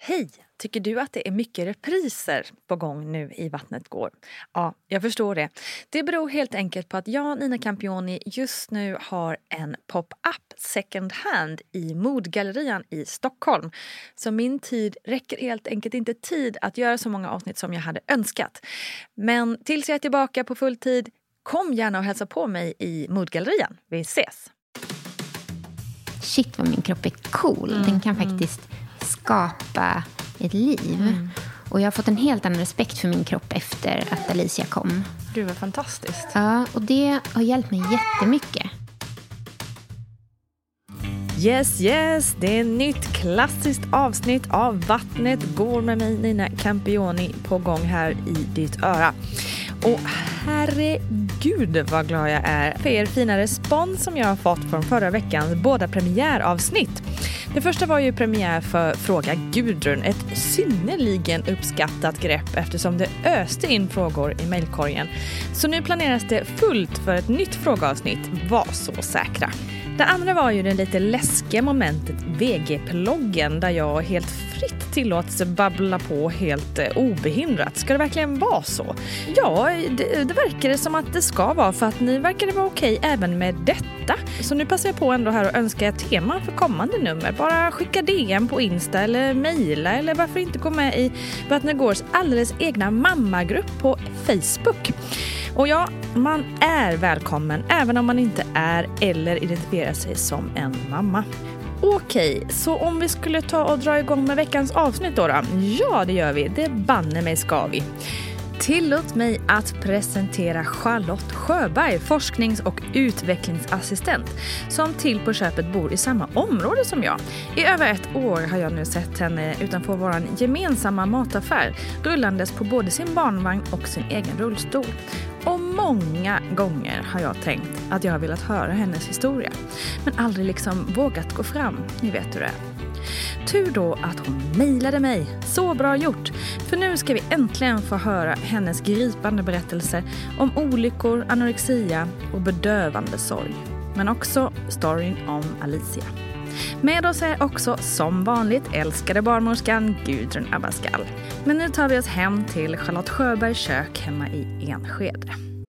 Hej! Tycker du att det är mycket repriser på gång nu i Vattnet går? Ja, jag förstår det. Det beror helt enkelt på att jag, Nina Campioni, just nu har en pop-up second hand i Modgallerian i Stockholm. Så min tid räcker helt enkelt inte tid att göra så många avsnitt som jag hade önskat. Men tills jag är tillbaka på full tid, kom gärna och hälsa på mig i Modgallerian. Vi ses! Shit vad min kropp är cool. Den kan faktiskt skapa ett liv. Och jag har fått en helt annan respekt för min kropp efter att Alicia kom. Gud vad fantastiskt. Ja, och det har hjälpt mig jättemycket. Yes, det är ett nytt klassiskt avsnitt av Vattnet går med mig, Nina Campioni, på gång här i ditt öra. Och herregud vad glad jag är för er fina respons som jag har fått från förra veckans båda premiäravsnitt. Det första var ju premiär för Fråga Gudrun, ett synnerligen uppskattat grepp eftersom det öste in frågor i mejlkorgen. Så nu planeras det fullt för ett nytt frågeavsnitt, var så säkra. Det andra var ju det lite läskiga momentet VG-ploggen där jag helt fritt tillåts babbla på helt obehindrat. Ska det verkligen vara så? Ja, det verkar det som att det ska vara, för att ni verkar det vara okej även med detta. Så nu passar jag på ändå här och önskar ett tema för kommande nummer. Bara skicka DM på Insta eller mejla, eller varför inte gå med i Vattnet Gårs alldeles egna mammagrupp på Facebook. Och ja, man är välkommen även om man inte är eller identifierar sig som en mamma. Okej, så om vi skulle ta och dra igång med veckans avsnitt då? Ja, det gör vi. Det banne mig ska vi. Tillåt mig att presentera Charlotte Sjöberg, forsknings- och utvecklingsassistent, som till på köpet bor i samma område som jag. I över ett år har jag nu sett henne utanför vår gemensamma mataffär, rullandes på både sin barnvagn och sin egen rullstol. Och många gånger har jag tänkt att jag har velat höra hennes historia, men aldrig liksom vågat gå fram, ni vet hur det är. Tur då att hon mejlade mig. Så bra gjort. För nu ska vi äntligen få höra hennes gripande berättelser om olyckor, anorexia och bedövande sorg. Men också storyn om Alicia. Med oss är också som vanligt älskade barnmorskan Gudrun Abascal. Men nu tar vi oss hem till Charlotte Sjöbergs kök hemma i Enskede.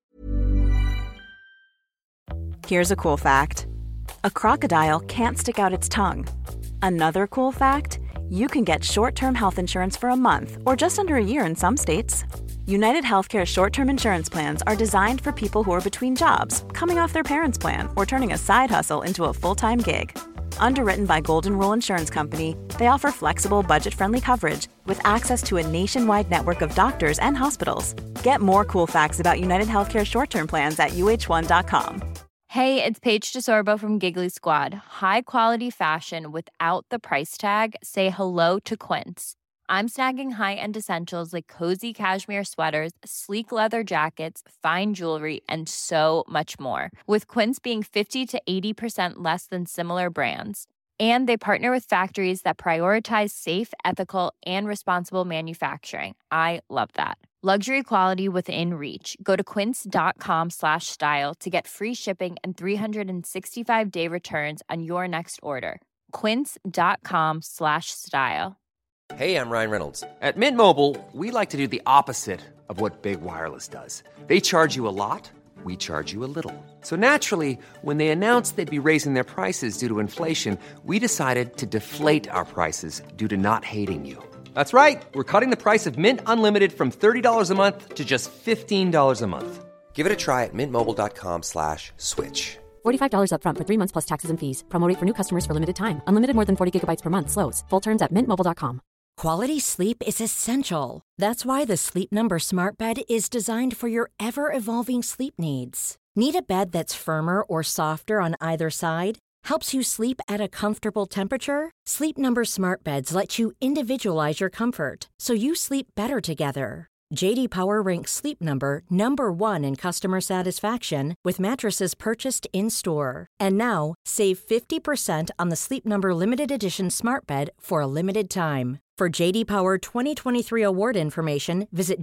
Here's a cool fact. A crocodile can't stick out its tongue. Another cool fact, you can get short-term health insurance for a month or just under a year in some states. United Healthcare short-term insurance plans are designed for people who are between jobs, coming off their parents' plan, or turning a side hustle into a full-time gig. Underwritten by Golden Rule Insurance Company, they offer flexible, budget-friendly coverage with access to a nationwide network of doctors and hospitals. Get more cool facts about United Healthcare short-term plans at uh1.com. Hey, it's Paige DeSorbo from Giggly Squad. High quality fashion without the price tag. Say hello to Quince. I'm snagging high-end essentials like cozy cashmere sweaters, sleek leather jackets, fine jewelry, and so much more. With Quince being 50 to 80% less than similar brands. And they partner with factories that prioritize safe, ethical, and responsible manufacturing. I love that. Luxury quality within reach. Go to quince.com/style to get free shipping and 365-day returns on your next order. Quince.com/style. Hey, I'm Ryan Reynolds. At Mint Mobile, we like to do the opposite of what Big Wireless does. They charge you a lot, we charge you a little. So naturally, when they announced they'd be raising their prices due to inflation, we decided to deflate our prices due to not hating you. That's right. We're cutting the price of Mint Unlimited from $30 a month to just $15 a month. Give it a try at mintmobile.com/switch. $45 up front for 3 months plus taxes and fees. Promo rate for new customers for limited time. Unlimited more than 40 gigabytes per month. Slows full terms at mintmobile.com. Quality sleep is essential. That's why the Sleep Number Smart Bed is designed for your ever-evolving sleep needs. Need a bed that's firmer or softer on either side? Helps you sleep at a comfortable temperature? Sleep Number Smart Beds let you individualize your comfort so you sleep better together. JD Power ranks Sleep Number #1 in customer satisfaction with mattresses purchased in-store. And now, save 50% on the Sleep Number Limited Edition Smart Bed for a limited time. For JD Power 2023 award information, visit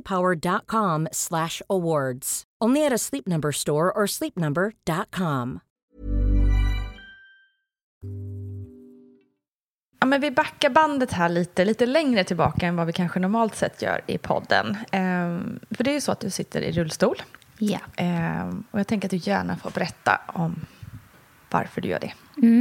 jdpower.com/awards. Only at a Sleep Number store or sleepnumber.com. men vi backar bandet här lite längre tillbaka än vad vi kanske normalt sett gör i podden. För det är ju så att du sitter i rullstol. Ja. Och jag tänker att du gärna får berätta om varför du gör det.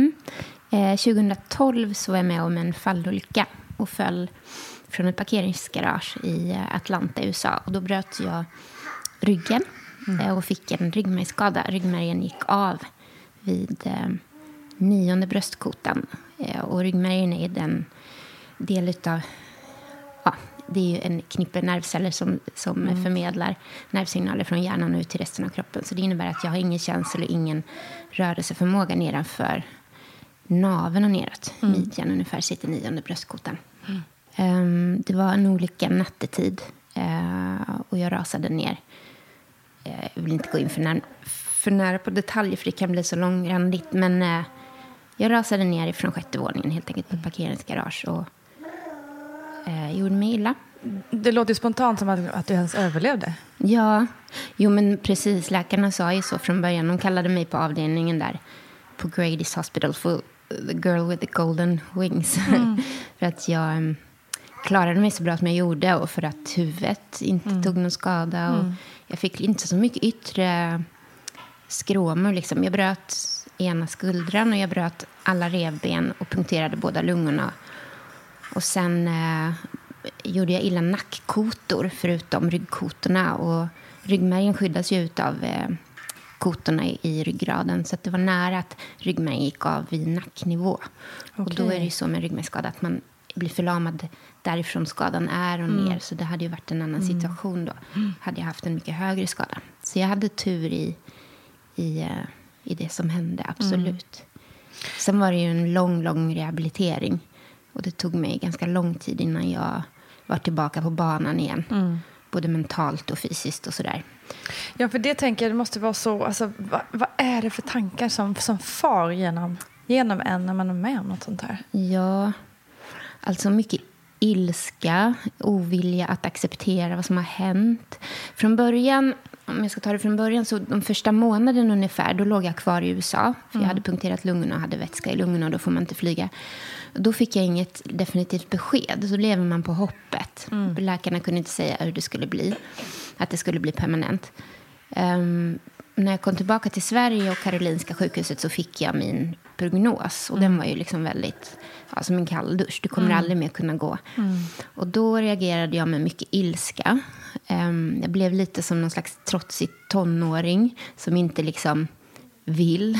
2012 så var jag med om en fallolycka och föll från ett parkeringsgarage i Atlanta, USA. Och då bröt jag ryggen och fick en ryggmärgsskada. Ryggmärgen gick av vid 9:e bröstkotan. Och ryggmärgen är den del utav... Ja, det är ju en knippe nervceller som förmedlar nervsignaler från hjärnan ut till resten av kroppen. Så det innebär att jag har ingen känsel och ingen rörelseförmåga nedanför naveln och neråt. Midjan ungefär sitter 9:e bröstkotan. Det var en olycka nattetid och jag rasade ner. Jag vill inte gå in för nära på detaljer för det kan bli så långrandigt. Men jag rasade ner ifrån 6:e våningen helt enkelt på ett parkeringsgarage och gjorde mig illa. Det låter ju spontant som att du ens överlevde. Ja, jo men precis. Läkarna sa ju så från början. De kallade mig på avdelningen där på Grady's Hospital för the girl with the golden wings. För att jag klarade mig så bra som jag gjorde och för att huvudet inte tog någon skada. Och jag fick inte så mycket yttre skråmor. Liksom. Jag bröt ena skuldran och jag bröt alla revben och punkterade båda lungorna. Och sen gjorde jag illa nackkotor förutom ryggkotorna. Och ryggmärgen skyddas ju av kotorna i ryggraden. Så att det var nära att ryggmärgen gick av vid nacknivå. Okay. Och då är det ju så med ryggmärgsskada att man blir förlamad därifrån skadan är och ner. Så det hade ju varit en annan situation då. Hade jag haft en mycket högre skada. Så jag hade tur i det som hände, absolut. Sen var det ju en lång rehabilitering. Och det tog mig ganska lång tid innan jag var tillbaka på banan igen. Både mentalt och fysiskt och sådär. Ja, för det tänker jag, det måste vara så... Alltså, vad är det för tankar som far genom en när man är med om något sånt här? Ja, alltså mycket ilska, ovilja att acceptera vad som har hänt. Från början, om jag ska ta det från början, så de första månaden ungefär, då låg jag kvar i USA. För jag hade punkterat lungorna och hade vätska i lungorna och då får man inte flyga. Då fick jag inget definitivt besked. Så lever man på hoppet. Läkarna kunde inte säga hur det skulle bli. Att det skulle bli permanent. När jag kom tillbaka till Sverige och Karolinska sjukhuset så fick jag min prognos. Och den var ju liksom väldigt, som en kall dusch. Du kommer aldrig mer kunna gå. Och då reagerade jag med mycket ilska. Jag blev lite som någon slags trotsig tonåring som inte liksom vill.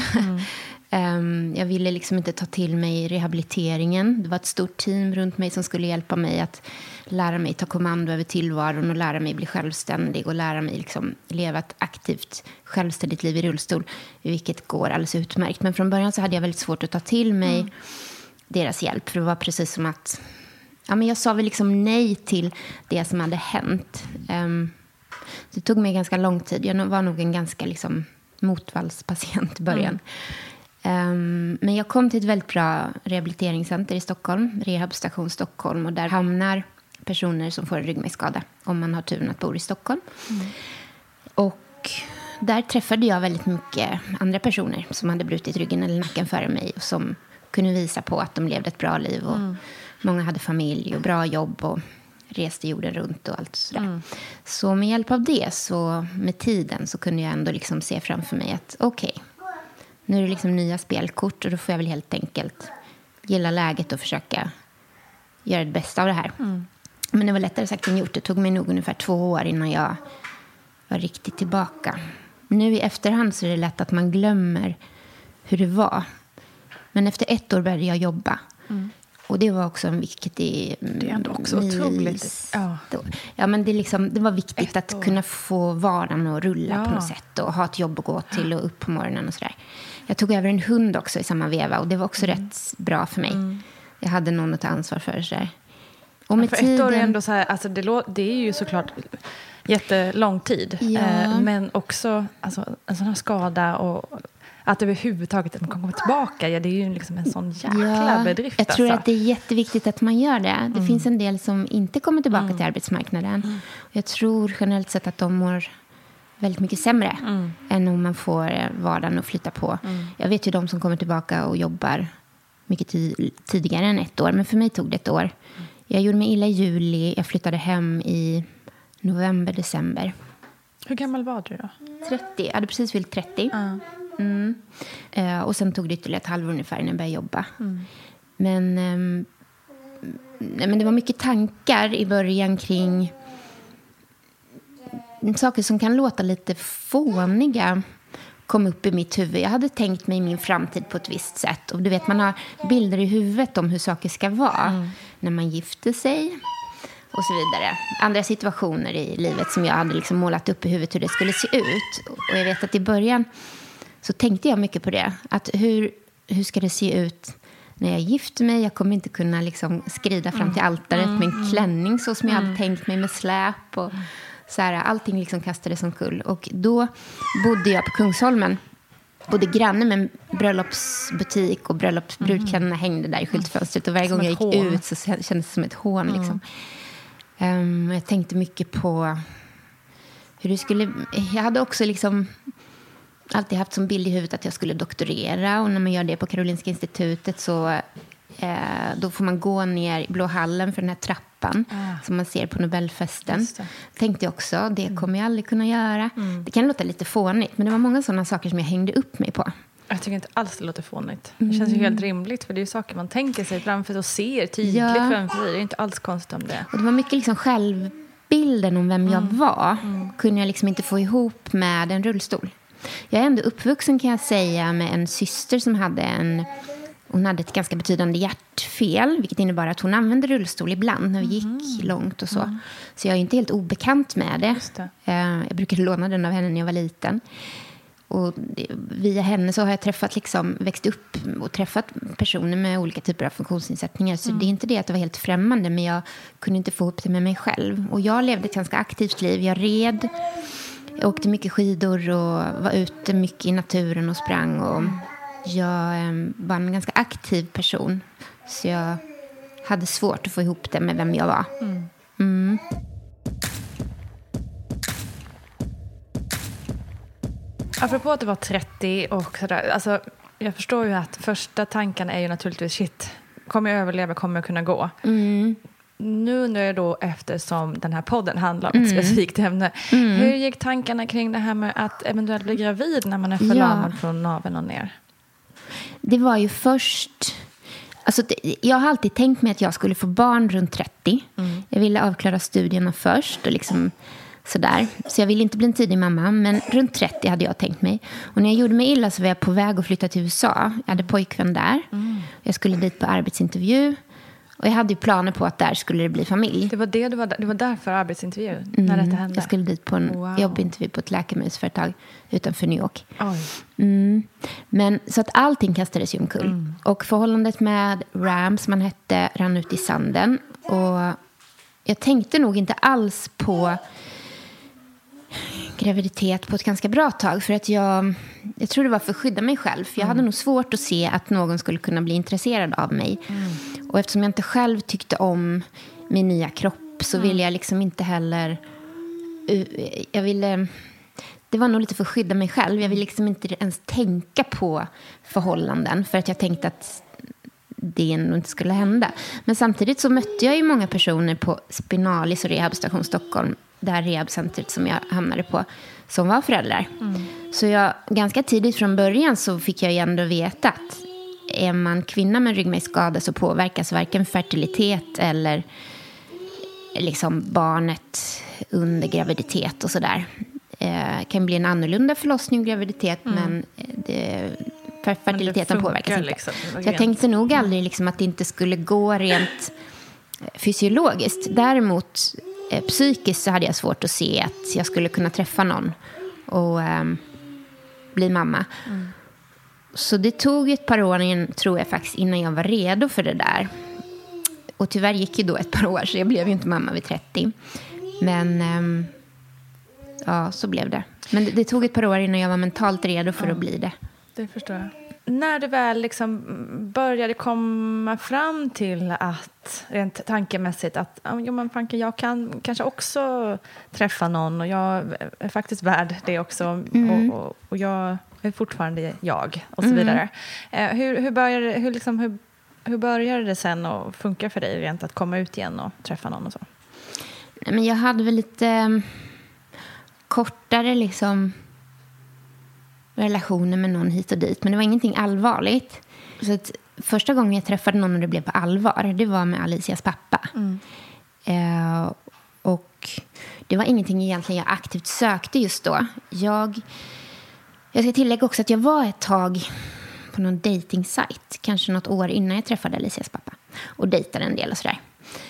Jag ville liksom inte ta till mig rehabiliteringen. Det var ett stort team runt mig som skulle hjälpa mig att lära mig ta kommando över tillvaron och lära mig bli självständig och lära mig liksom leva ett aktivt, självständigt liv i rullstol, vilket går alldeles utmärkt. Men från början så hade jag väldigt svårt att ta till mig deras hjälp, för det var precis som att men jag sa väl liksom nej till det som hade hänt. Det tog mig ganska lång tid. Jag var nog en ganska liksom motvallspatient i början. Men jag kom till ett väldigt bra rehabiliteringscenter i Stockholm, Rehabstation Stockholm, och där hamnar personer som får en ryggmärgsskada om man har turen att bo i Stockholm. Och där träffade jag väldigt mycket andra personer som hade brutit ryggen eller nacken före mig och som kunde visa på att de levde ett bra liv och många hade familj och bra jobb och reste jorden runt och allt sådär. Så med hjälp av det, så med tiden, så kunde jag ändå liksom se framför mig att okej, nu är det liksom nya spelkort och då får jag väl helt enkelt gilla läget och försöka göra det bästa av det här. Men det var lättare sagt än gjort. Det tog mig nog ungefär 2 år innan jag var riktigt tillbaka. Nu i efterhand så är det lätt att man glömmer hur det var. Men efter 1 år började jag jobba. Och det var också en viktig... Det är ändå också otroligt. Ja, men det var viktigt att kunna få vardagen att rulla på något sätt. Och ha ett jobb att gå till och upp på morgonen och sådär. Jag tog över en hund också i samma veva. Och det var också rätt bra för mig. Jag hade någon att ta ansvar för. Sådär. Och med för tiden... 1 år är ändå så här... Alltså det är ju såklart jättelång tid. Ja. Men också alltså, en sån här skada och... Att överhuvudtaget att man kan komma tillbaka, det är ju liksom en sån jäkla bedrift. Jag tror att det är jätteviktigt att man gör det. Det finns en del som inte kommer tillbaka till arbetsmarknaden. Jag tror generellt sett att de mår väldigt mycket sämre än om man får vardagen att flytta på. Jag vet ju de som kommer tillbaka och jobbar mycket tidigare än 1 år. Men för mig tog det 1 år. Jag gjorde mig illa i juli. Jag flyttade hem i november, december. Hur gammal var du då? 30. Jag hade precis fyllt 30. Och sen tog det ytterligare 1 halvår ungefär innan jag började jobba. Men det var mycket tankar i början kring saker som kan låta lite fåniga kom upp i mitt huvud. Jag hade tänkt mig min framtid på ett visst sätt. Och du vet, man har bilder i huvudet om hur saker ska vara. När man gifter sig och så vidare. Andra situationer i livet som jag hade liksom målat upp i huvudet hur det skulle se ut. Och jag vet att i början så tänkte jag mycket på det. Att hur ska det se ut när jag gifter mig? Jag kommer inte kunna liksom skrida fram till altaret med en klänning så som jag hade tänkt mig med släp och så här, allting liksom kastades omkull. Och då bodde jag på Kungsholmen. Bodde granne med en bröllopsbutik och bröllopsbrudkläderna hängde där i skyltfönstret. Och varje gång jag gick ut så kändes det som ett hån. Liksom. Jag tänkte mycket på hur det skulle... Jag hade också liksom alltid haft som bild i huvudet att jag skulle doktorera. Och när man gör det på Karolinska institutet så då får man gå ner i Blå hallen för den här trappan som man ser på Nobelfesten. Tänkte jag också, det kommer jag aldrig kunna göra. Det kan låta lite fånigt, men det var många sådana saker som jag hängde upp mig på. Jag tycker inte alls det låter fånigt. Det känns ju helt rimligt, för det är ju saker man tänker sig framför och ser tydligt framför sig. Det är inte alls konstigt om det. Och det var mycket liksom självbilden om vem jag var. Kunde jag liksom inte få ihop med en rullstol. Jag är ändå uppvuxen, kan jag säga, med en syster som hade hon hade ett ganska betydande hjärtfel, vilket innebar att hon använde rullstol ibland när vi gick långt och så. Så jag är inte helt obekant med det. Jag brukade låna den av henne när jag var liten. Och via henne så har jag växt upp och träffat personer med olika typer av funktionsnedsättningar. Så det är inte det att det var helt främmande, men jag kunde inte få upp det med mig själv. Och jag levde ett ganska aktivt liv. Jag red, jag åkte mycket skidor och var ute mycket i naturen och sprang. Och jag var en ganska aktiv person. Så jag hade svårt att få ihop det med vem jag var. Apropå att du var 30 och sådär, alltså, jag förstår ju att första tanken är ju naturligtvis shit, kommer jag överleva, kommer jag kunna gå? Nu undrar jag då, eftersom den här podden handlar om ett specifikt ämne, hur gick tankarna kring det här med att eventuellt bli gravid när man är förlamad från naveln och ner? Det var ju först... Alltså, jag har alltid tänkt mig att jag skulle få barn runt 30. Jag ville avklara studierna först och liksom sådär. Så jag ville inte bli en tidig mamma, men runt 30 hade jag tänkt mig. Och när jag gjorde mig illa så var jag på väg att flytta till USA. Jag hade pojkvän där. Jag skulle dit på arbetsintervju. Och jag hade ju planer på att där skulle det bli familj. Det var där för arbetsintervju när detta hände? Jag skulle dit på en jobbintervju på ett läkemedelsföretag utanför New York. Men så att allting kastades ju omkull. Och förhållandet med Ram, som han hette, rann ut i sanden. Och jag tänkte nog inte alls på graviditet på ett ganska bra tag. För att jag tror det var för att skydda mig själv. För jag hade nog svårt att se att någon skulle kunna bli intresserad av mig. Och eftersom jag inte själv tyckte om min nya kropp så ville jag liksom inte heller... Det var nog lite för att skydda mig själv. Jag ville liksom inte ens tänka på förhållanden. För att jag tänkte att det nog inte skulle hända. Men samtidigt så mötte jag ju många personer på Spinalis och Rehabstation Stockholm. Det här rehabcentret som jag hamnade på. Som var föräldrar. Så jag ganska tidigt från början så fick jag ju ändå veta att är man kvinna med ryggmärgsskada så påverkas varken fertilitet eller liksom barnet under graviditet och sådär. Kan bli en annorlunda förlossning och graviditet, men fertiliteten påverkas inte. Liksom. Så jag tänkte nog aldrig liksom att det inte skulle gå rent fysiologiskt. Däremot psykiskt så hade jag svårt att se att jag skulle kunna träffa någon och bli mamma. Så det tog ett par år tror jag faktiskt innan jag var redo för det där. Och tyvärr gick ju då ett par år så jag blev ju inte mamma vid 30. Men ja, så blev det. Men det tog ett par år innan jag var mentalt redo för att bli det. Det förstår jag. När du väl liksom började komma fram till att, rent tankemässigt, att jag kan kanske också träffa någon och jag är faktiskt värd det också och jag är fortfarande jag och så vidare. Hur hur började det sen att funka för dig rent att komma ut igen och träffa någon och så? Nej, men jag hade väl lite kortare liksom relationer med någon hit och dit. Men det var ingenting allvarligt. Så att första gången jag träffade någon och det blev på allvar, det var med Alicias pappa. Och det var ingenting egentligen jag aktivt sökte just då. Jag ska tillägga också att jag var ett tag på någon dating-sajt, kanske något år innan jag träffade Alicias pappa. Och dejtade en del och sådär.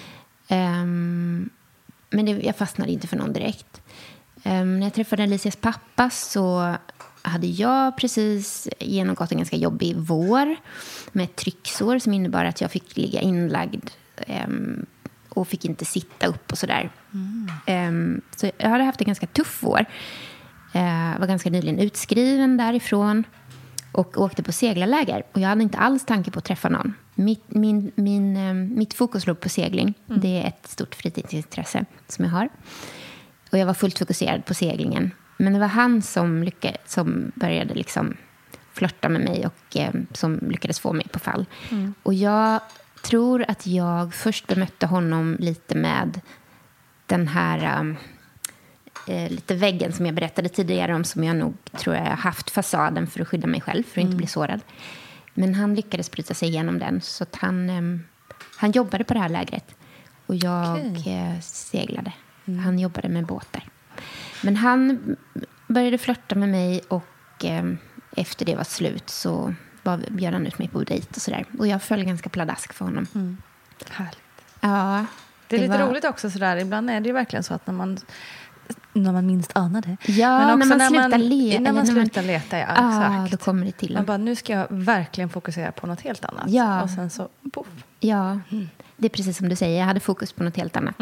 Men jag fastnade inte för någon direkt. När jag träffade Alicias pappa så hade jag precis genomgått en ganska jobbig vår med ett trycksår som innebar att jag fick ligga inlagd och fick inte sitta upp och sådär. Så jag hade haft en ganska tuff vår. Var ganska nyligen utskriven därifrån och åkte på seglarläger. Och jag hade inte alls tanke på att träffa någon. Mitt fokus låg på segling. Det är ett stort fritidsintresse som jag har. Och jag var fullt fokuserad på seglingen. Men det var han som började liksom flirta med mig och som lyckades få mig på fall. Och jag tror att jag först bemötte honom lite med den här lite väggen som jag berättade tidigare om, som jag nog tror jag har haft fasaden för att skydda mig själv, för att inte bli sårad. Men han lyckades bryta sig igenom den, så att han jobbade på det här lägret och jag seglade. Han jobbade med båtar. Men han började flirta med mig och efter det var slut så bjöd han ut mig på dejt och sådär. Och jag föll ganska pladask för honom. Härligt. Ja. Det är lite roligt också sådär. Ibland är det ju verkligen så att när man minst anar det. Ja, men också när man slutar leta. Ja, exakt. Då kommer det till. Man bara, nu ska jag verkligen fokusera på något helt annat. Ja. Och sen så, poff. Ja, det är precis som du säger. Jag hade fokus på något helt annat.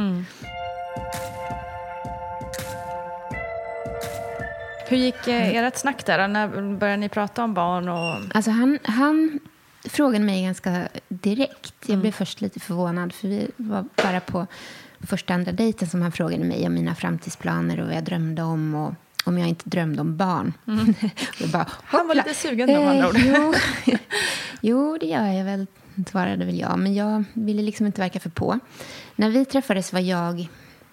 Hur gick ert snack där? När började ni prata om barn? Och... Alltså han frågade mig ganska direkt. Jag blev först lite förvånad, för vi var bara på första andra dejten som han frågade mig om mina framtidsplaner och vad jag drömde om och om jag inte drömde om barn. Och bara, han var lite sugen med andra ord. Jo, det gör jag väl, svarade väl jag. Men jag ville liksom inte verka för på. När vi träffades var jag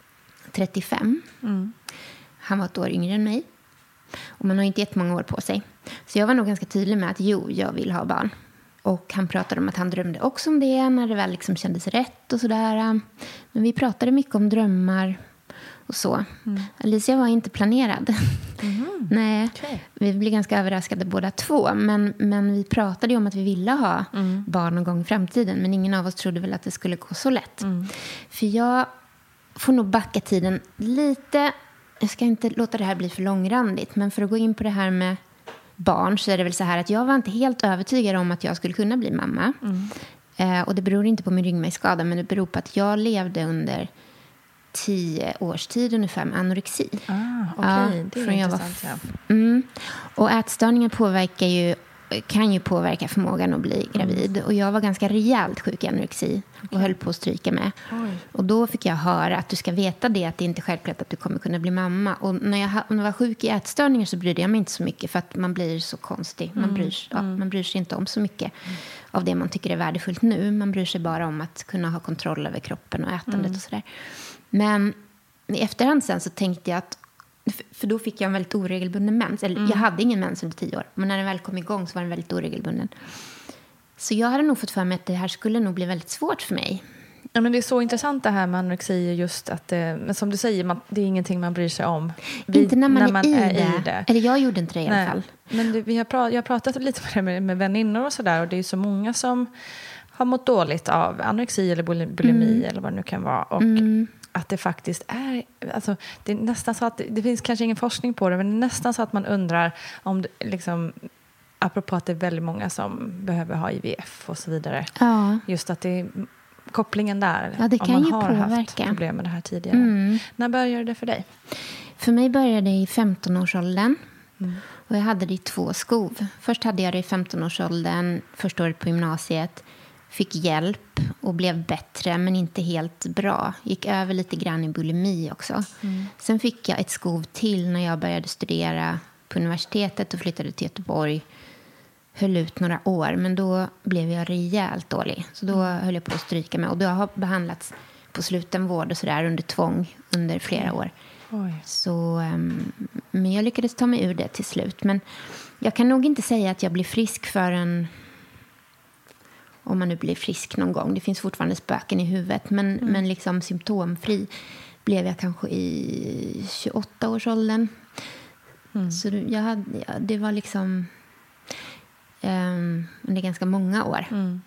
35. Han var ett år yngre än mig. Och man har inte jättemånga år på sig. Så jag var nog ganska tydlig med att jag vill ha barn. Och han pratade om att han drömde också om det när det väl liksom kändes rätt och sådär. Men vi pratade mycket om drömmar och så. Alicia var inte planerad. Nej, vi blev ganska överraskade båda två. Men vi pratade ju om att vi ville ha barn någon gång i framtiden. Men ingen av oss trodde väl att det skulle gå så lätt. För jag får nog backa tiden lite. Jag ska inte låta det här bli för långrandigt. Men för att gå in på det här med barn så är det väl så här att jag var inte helt övertygad om att jag skulle kunna bli mamma. Och det beror inte på min ryggmärgsskada, men det beror på att jag levde under 10 års tid ungefär med anorexi. Okej. Det är intressant. Och ätstörningar kan ju påverka förmågan att bli gravid. Och jag var ganska rejält sjuk i anorexi och höll på att stryka med. Och då fick jag höra att du ska veta det, att det inte är självklart att du kommer kunna bli mamma. Och när jag var sjuk i ätstörningar så brydde jag mig inte så mycket, för att man blir så konstig. Man bryr sig inte om så mycket av det man tycker är värdefullt nu. Man bryr sig bara om att kunna ha kontroll över kroppen och ätandet och sådär. Men i efterhand sen så tänkte jag att, för då fick jag en väldigt oregelbunden mens. Eller jag hade ingen mens under 10 år. Men när den väl kom igång så var den väldigt oregelbunden. Så jag hade nog fått för mig att det här skulle nog bli väldigt svårt för mig. Ja, men det är så intressant det här med anorexi, just att men som du säger, det är ingenting man bryr sig om. Inte när man är i det. Eller jag gjorde inte det i alla fall. Men jag har pratat lite med väninnor och sådär. Och det är så många som har mått dåligt av anorexi eller bulimi eller vad det nu kan vara. Och att det faktiskt är, alltså, det är nästan så att det finns kanske ingen forskning på det, men det är nästan så att man undrar om det, liksom, apropå att det är väldigt många som behöver ha IVF och så vidare. Ja. Just att det är kopplingen där. Ja, det kan om man ju har påverka. haft problem med det här tidigare. När började det för dig? För mig började det i 15-årsåldern. Och jag hade det i 2 skov. Först hade jag det i 15-årsåldern, första året på gymnasiet. Fick hjälp och blev bättre, men inte helt bra. Gick över lite grann i bulimi också. Sen fick jag ett skov till när jag började studera på universitetet och flyttade till Göteborg höll ut några år. Men då blev jag rejält dålig. Så då höll jag på att stryka mig. Och då har jag behandlats på slutenvård och sådär under tvång under flera år. Oj. Så, men jag lyckades ta mig ur det till slut. Men jag kan nog inte säga att jag blir frisk förrän... Om man nu blir frisk någon gång. Det finns fortfarande spöken i huvudet. Men liksom symptomfri blev jag kanske i 28-årsåldern. Så det var liksom... det är ganska många år.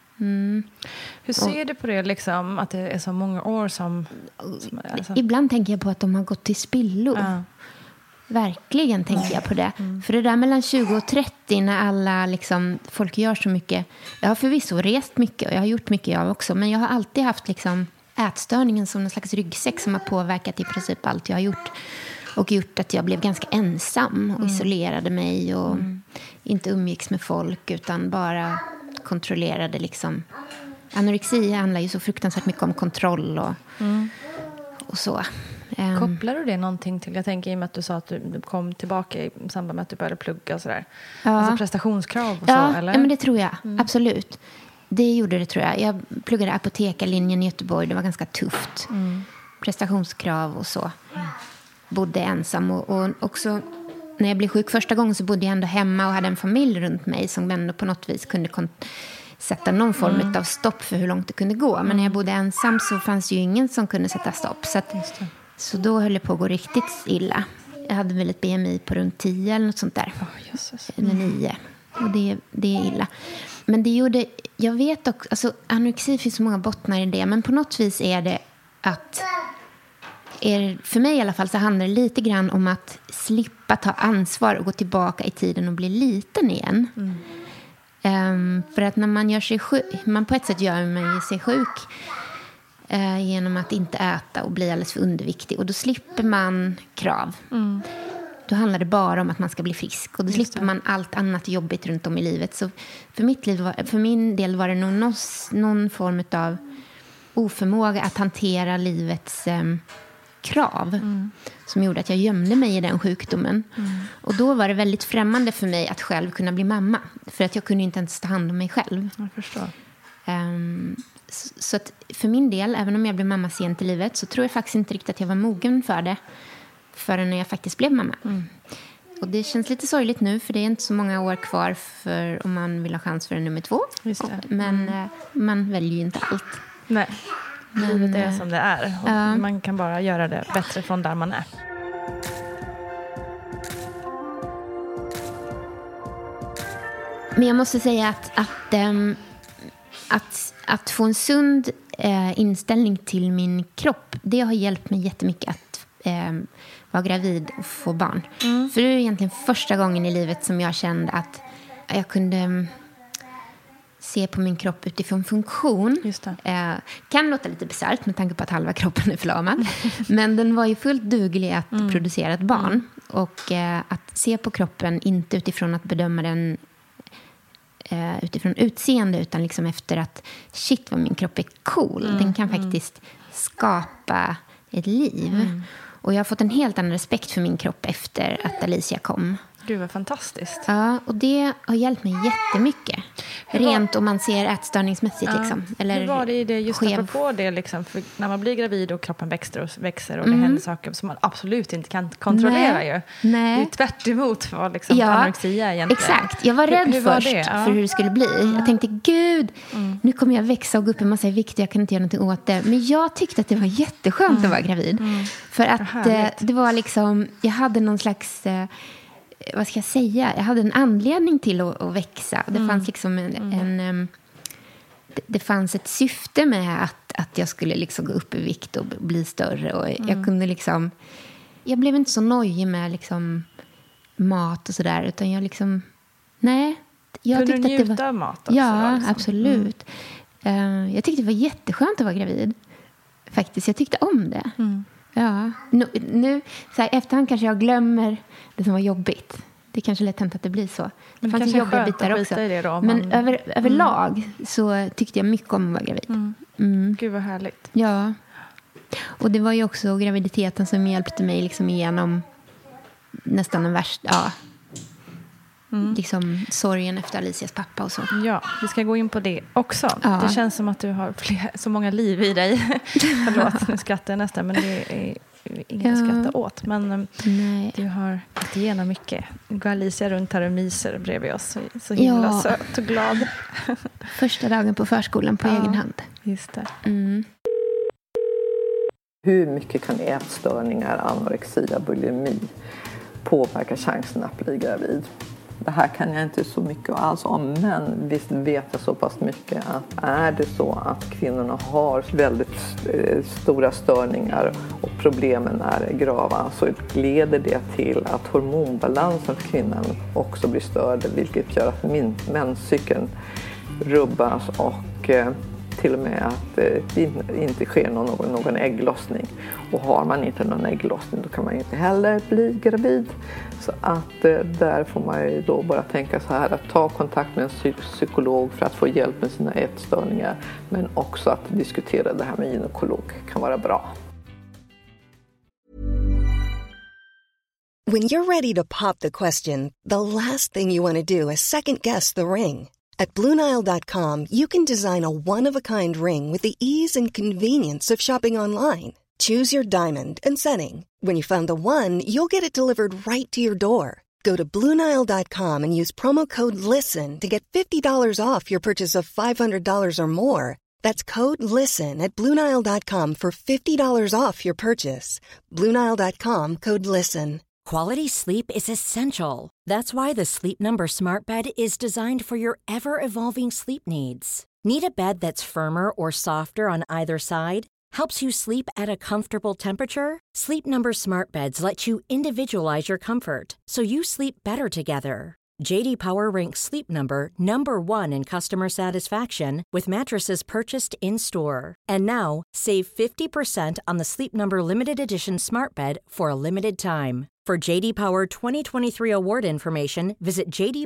Hur ser du på det liksom, att det är så många år som alltså... Ibland tänker jag på att de har gått till spillo. Verkligen tänker jag på det. För det där mellan 20 och 30 när alla liksom, folk gör så mycket. Jag har förvisso rest mycket och jag har gjort mycket jag också. Men jag har alltid haft liksom ätstörningen som en slags ryggsäck som har påverkat i princip allt jag har gjort. Och gjort att jag blev ganska ensam och isolerade mig och inte umgicks med folk utan bara kontrollerade liksom. Anorexia handlar ju så fruktansvärt mycket om kontroll och så. Kopplar du det någonting till, jag tänker i och med att du sa att du kom tillbaka i samband med att du började plugga och sådär. Ja. Alltså prestationskrav och så, eller? Ja, men det tror jag. Absolut. Det gjorde det, tror jag. Jag pluggade apotekarlinjen i Göteborg. Det var ganska tufft. Prestationskrav och så. Bodde ensam och också när jag blev sjuk första gången så bodde jag ändå hemma och hade en familj runt mig som ändå på något vis kunde sätta någon form av stopp för hur långt det kunde gå. Men när jag bodde ensam så fanns det ju ingen som kunde sätta stopp. Så då höll det på att gå riktigt illa. Jag hade väl ett BMI på runt 10 eller något sånt där. Eller 9. Och det är illa. Men det gjorde, jag vet också, alltså anorexi finns så många bottnar i det. Men på något vis är det att, för mig i alla fall så handlar det lite grann om att slippa ta ansvar och gå tillbaka i tiden och bli liten igen. För att när man gör sig sjuk, man på ett sätt gör man sig sjuk genom att inte äta och bli alldeles för underviktig. Och då slipper man krav. Då handlar det bara om att man ska bli frisk. Och då slipper man allt annat jobbigt runt om i livet. Så för min del var det nog någon form av oförmåga att hantera livets krav. Som gjorde att jag gömde mig i den sjukdomen. Och då var det väldigt främmande för mig att själv kunna bli mamma. För att jag kunde inte ens ta hand om mig själv. Jag förstår. Så att för min del, även om jag blev mamma sent i livet, så tror jag faktiskt inte riktigt att jag var mogen för det förrän när jag faktiskt blev mamma. Och det känns lite sorgligt nu, för det är inte så många år kvar för om man vill ha chans för en nummer 2. Just det. Men man väljer ju inte allt. Nej, livet är som det är. Och man kan bara göra det bättre från där man är. Men jag måste säga att få en sund inställning till min kropp, det har hjälpt mig jättemycket att vara gravid och få barn. För det är egentligen första gången i livet som jag kände att jag kunde se på min kropp utifrån funktion. Just det. Kan låta lite bisarrt med tanke på att halva kroppen är förlamad. Men den var ju fullt duglig att producera ett barn. Och att se på kroppen inte utifrån att bedöma den utifrån utseende, utan liksom efter att shit vad min kropp är cool. Den kan faktiskt skapa ett liv. Och jag har fått en helt annan respekt för min kropp efter att Alicia kom. Gud, vad fantastiskt. Ja, och det har hjälpt mig jättemycket. Rent om man ser ätstörningsmässigt. Liksom. Eller hur var det i det just apropå det? Liksom, för när man blir gravid och kroppen växer och det händer saker som man absolut inte kan kontrollera. Ju. Nej. Det är tvärt emot vad liksom, anorexia egentligen. Exakt. Jag var rädd hur var först för hur det skulle bli. Jag tänkte, gud, nu kommer jag växa och gå upp en massa i vikt. Jag kan inte göra någonting åt det. Men jag tyckte att det var jätteskönt att vara gravid. För att det var liksom, jag hade någon slags... vad ska jag säga? Jag hade en anledning till att växa. Det fanns liksom det fanns ett syfte med att jag skulle liksom gå upp i vikt och bli större. Och jag kunde liksom... Jag blev inte så nojig med liksom mat och sådär. Utan jag liksom... Nej. Jag kunde tyckte du att det njuta var, av mat också? Ja, då, liksom? absolut. Jag tyckte det var jätteskönt att vara gravid. Faktiskt, jag tyckte om det. Ja. Nu så här, efterhand kanske jag glömmer det som var jobbigt. Det kanske lätt hänt att det blir så. Men det fanns jobbiga bitar också. Det då, men överlag så tyckte jag mycket om att vara gravid. Gud vad härligt. Ja. Och det var ju också graviditeten som hjälpte mig liksom igenom nästan den värsta... Ja. liksom sorgen efter Alicias pappa och så. Ja, vi ska gå in på det också. Ja. Det känns som att du har så många liv i dig. Förlåt, nu skrattar jag nästan, men det är inget att skratta åt. Men du har gått igenom mycket. Går Alicia runt här och myser bredvid oss. Så himla söt och glad. Första dagen på förskolan på egen hand. Just det. Hur mycket kan ätstörningar, anorexia, bulimi påverka chansen att bli gravid? Det här kan jag inte så mycket alls om, men visst vet jag så pass mycket att är det så att kvinnorna har väldigt stora störningar och problemen är grava, så leder det till att hormonbalansen för kvinnan också blir störd, vilket gör att menscykeln rubbas och till och med att det inte sker någon ägglossning. Och har man inte någon ägglossning, då kan man inte heller bli gravid. Så att där får man ju då bara tänka så här, att ta kontakt med en psykolog för att få hjälp med sina ätstörningar. Men också att diskutera det här med gynekolog kan vara bra. When you're ready to pop the question, the last thing you want to do is second guess the ring. At BlueNile.com, you can design a one-of-a-kind ring with the ease and convenience of shopping online. Choose your diamond and setting. When you find the one, you'll get it delivered right to your door. Go to BlueNile.com and use promo code LISTEN to get $50 off your purchase of $500 or more. That's code LISTEN at BlueNile.com for $50 off your purchase. BlueNile.com, code LISTEN. Quality sleep is essential. That's why the Sleep Number Smart Bed is designed for your ever-evolving sleep needs. Need a bed that's firmer or softer on either side? Helps you sleep at a comfortable temperature? Sleep Number Smart Beds let you individualize your comfort, so you sleep better together. J.D. Power ranks Sleep Number #1 in customer satisfaction with mattresses purchased in-store. And now, save 50% on the Sleep Number Limited Edition Smart Bed for a limited time. For JD Power 2023 award information, visit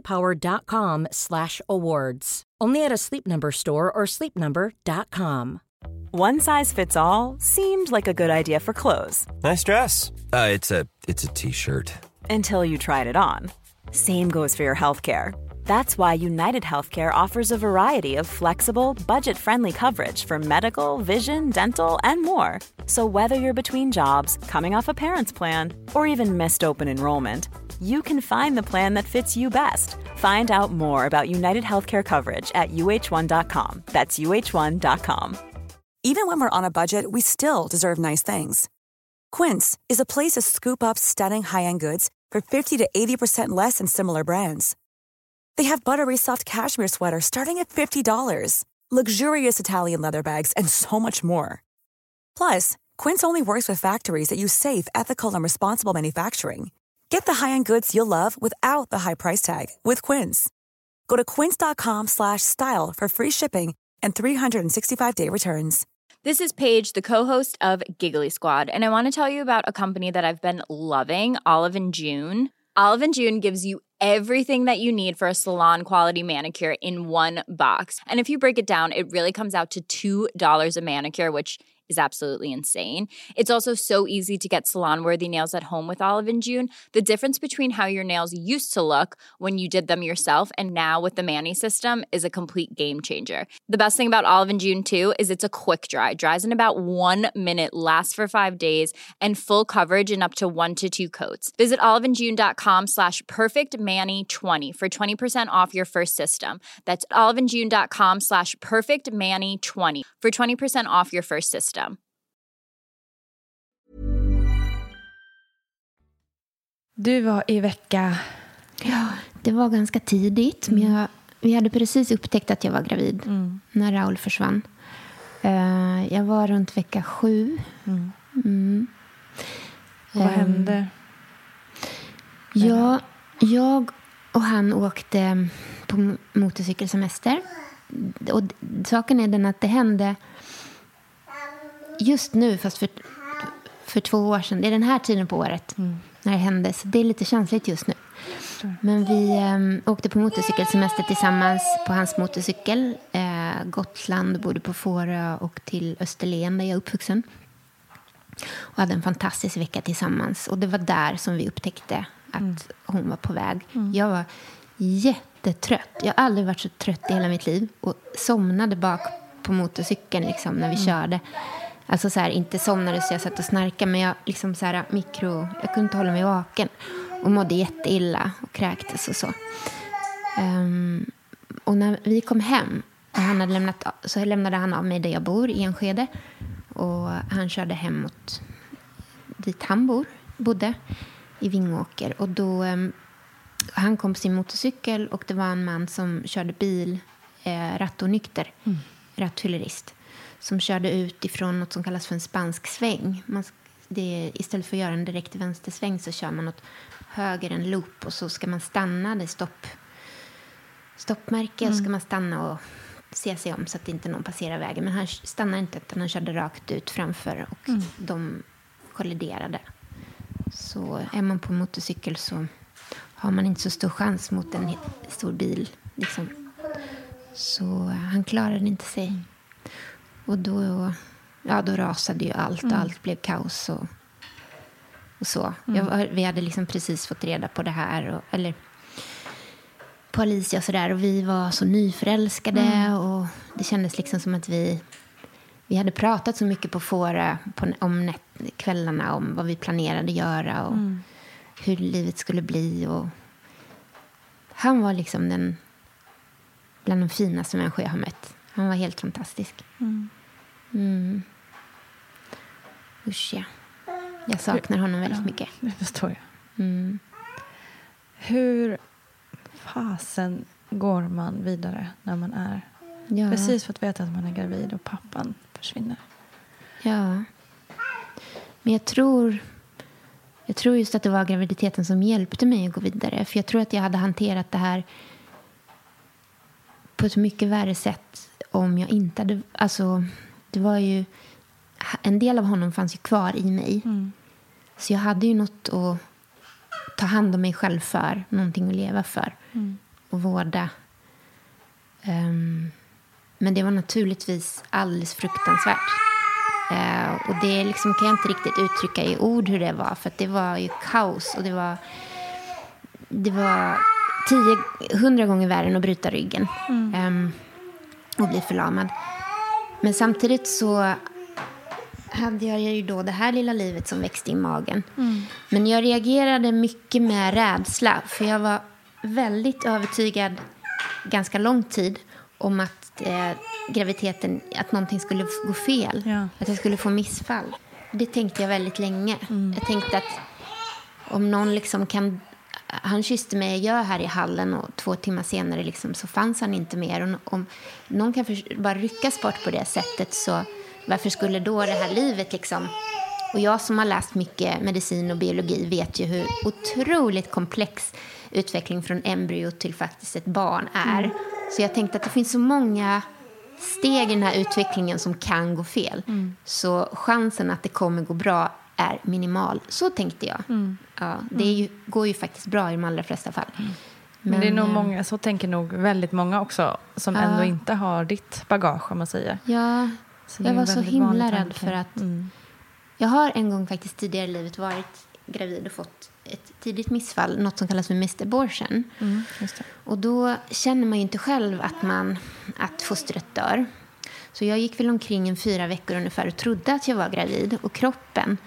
jdpower.com/awards. Only at a Sleep Number store or sleepnumber.com. One size fits all seemed like a good idea for clothes. Nice dress. It's a t-shirt. Until you tried it on. Same goes for your healthcare. That's why United Healthcare offers a variety of flexible, budget-friendly coverage for medical, vision, dental, and more. So whether you're between jobs, coming off a parent's plan, or even missed open enrollment, you can find the plan that fits you best. Find out more about United Healthcare coverage at uh1.com. That's uh1.com. Even when we're on a budget, we still deserve nice things. Quince is a place to scoop up stunning high-end goods for 50 to 80% less than similar brands. They have buttery soft cashmere sweaters starting at $50, luxurious Italian leather bags, and so much more. Plus, Quince only works with factories that use safe, ethical, and responsible manufacturing. Get the high-end goods you'll love without the high price tag with Quince. Go to quince.com/style for free shipping and 365-day returns. This is Paige, the co-host of Giggly Squad, and I want to tell you about a company that I've been loving, Olive & June. Olive & June gives you everything that you need for a salon-quality manicure in one box. And if you break it down, it really comes out to $2 a manicure, which is absolutely insane. It's also so easy to get salon-worthy nails at home with Olive & June. The difference between how your nails used to look when you did them yourself and now with the Mani system is a complete game changer. The best thing about Olive & June, too, is it's a quick dry. Dries in about 1 minute, lasts for 5 days, and full coverage in up to 1 to 2 coats. Visit oliveandjune.com/perfectmani20 for 20% off your first system. That's oliveandjune.com/perfectmani20 for 20% off your first system. Du var i vecka... Ja, det var ganska tidigt. Men vi hade precis upptäckt att jag var gravid när Raoul försvann. Jag var runt vecka 7. Vad hände? Ja, jag och han åkte på motorcykelsemester. Och saken är den att det hände just nu, fast för 2 år sedan. Det är den här tiden på året när det hände. Så det är lite känsligt just nu. Men vi åkte på motorcykelsemester tillsammans på hans motorcykel. Gotland, bodde på Fårö och till Österlen där jag är uppvuxen. Och hade en fantastisk vecka tillsammans. Och det var där som vi upptäckte att hon var på väg. Jag var jättetrött. Jag har aldrig varit så trött i hela mitt liv. Och somnade bak på motorcykeln liksom, när vi körde. Alltså så här, inte somnade så jag satt och snarkade. Men jag liksom så här, jag kunde inte hålla mig vaken. Och mådde jätteilla och kräktes och så. Och när vi kom hem så lämnade han av mig där jag bor i Enskede. Och han körde hem mot dit han bodde i Vingåker. Och då han kom på sin motorcykel och det var en man som körde bil rattonykter, rattfyllerist, som körde ut ifrån något som kallas för en spansk sväng. Istället för att göra en direkt vänstersväng så kör man åt höger en loop och så ska man stanna, det är stoppmärke, och så ska man stanna och se sig om så att inte någon passerar vägen. Men han stannade inte, utan han körde rakt ut framför och de kolliderade. Så är man på motorcykel så har man inte så stor chans mot en stor bil. Liksom. Så han klarade inte sig. Och då rasade ju allt och allt blev kaos och så. Vi hade liksom precis fått reda på det här. Eller på Alicia och sådär. Och vi var så nyförälskade. Och det kändes liksom som att vi hade pratat så mycket på Fårö om kvällarna. Om vad vi planerade göra. Och hur livet skulle bli. Och han var liksom bland de finaste människor jag har mött. Han var helt fantastisk. Usch, ja. Jag saknar honom väldigt mycket. Det förstår jag. Hur fasen går man vidare när man är precis för att veta att man är gravid och pappan försvinner? Ja. Men jag tror just att det var graviditeten som hjälpte mig att gå vidare. För jag tror att jag hade hanterat det här på ett mycket värre sätt om jag inte hade... Alltså, det var ju... En del av honom fanns ju kvar i mig. Så jag hade ju något att ta hand om mig själv för. Någonting att leva för. Och vårda. Men det var naturligtvis alldeles fruktansvärt. Och det liksom kan jag inte riktigt uttrycka i ord hur det var. För att det var ju kaos. Och det var 100 gånger värre än att bryta ryggen. Och bli förlamad. Men samtidigt så hade jag ju då det här lilla livet som växte i magen. Men jag reagerade mycket med rädsla. För jag var väldigt övertygad ganska lång tid om att graviditeten, att någonting skulle gå fel. Ja. Att jag skulle få missfall. Det tänkte jag väldigt länge. Jag tänkte att om någon liksom kan... Han kysste mig här i hallen och 2 timmar senare liksom, så fanns han inte mer. Och om någon kan bara ryckas bort på det sättet, så varför skulle då det här livet liksom... Och jag som har läst mycket medicin och biologi vet ju hur otroligt komplex utveckling från embryo till faktiskt ett barn är. Så jag tänkte att det finns så många steg i den här utvecklingen som kan gå fel. Så chansen att det kommer gå bra är minimal. Så tänkte jag. Ja, det går ju faktiskt bra i de allra flesta fall. Men det är nog många, så tänker nog väldigt många också, som ändå inte har ditt bagage, om man säger. Ja, jag var så himla rädd för att... Jag har en gång faktiskt tidigare i livet varit gravid och fått ett tidigt missfall, något som kallas för missed abortion. Just det. Och då känner man ju inte själv att fostret dör. Så jag gick väl omkring 4 veckor ungefär och trodde att jag var gravid. Och kroppen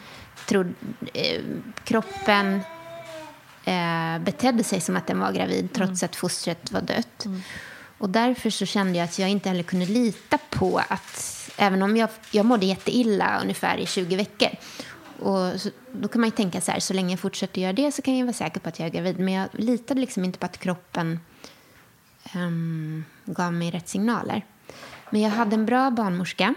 betedde sig som att den var gravid trots att fostret var dött. Och därför så kände jag att jag inte heller kunde lita på att... Även om jag mådde jätteilla ungefär i 20 veckor. Och då kan man ju tänka så här, så länge jag fortsätter göra det så kan jag vara säker på att jag är gravid. Men jag litade liksom inte på att kroppen gav mig rätt signaler. Men jag hade en bra barnmorska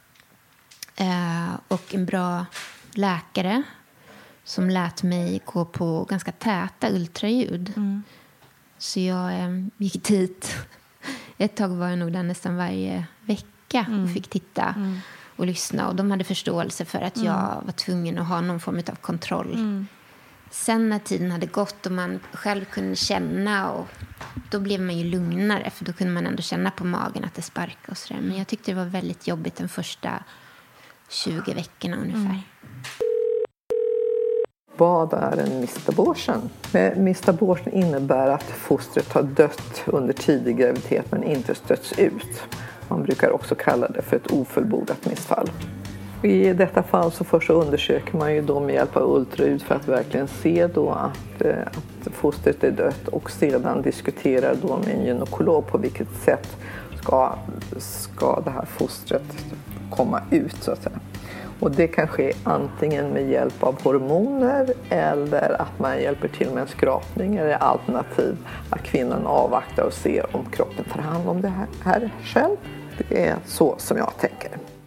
och en bra läkare som lät mig gå på ganska täta ultraljud. Så jag gick dit. Ett tag var jag nog där nästan varje vecka och fick titta och lyssna. Och de hade förståelse för att jag var tvungen att ha någon form av kontroll. Sen när tiden hade gått och man själv kunde känna, och då blev man ju lugnare, för då kunde man ändå känna på magen att det sparkade och sådär. Men jag tyckte det var väldigt jobbigt de första 20 veckorna ungefär. vad är en missed abortion? Missed abortion innebär att fostret har dött under tidig graviditet men inte stötts ut. Man brukar också kalla det för ett ofullbordat missfall. I detta fall så först undersöker man ju då med hjälp av ultraljud för att verkligen se då att fostret är dött, och sedan diskuterar då med en gynekolog på vilket sätt ska det här fostret komma ut, så att säga. Och det kan ske antingen med hjälp av hormoner eller att man hjälper till med en skrapning, eller alternativ att kvinnan avvaktar och ser om kroppen tar hand om det här själv. Det är så som jag tänker.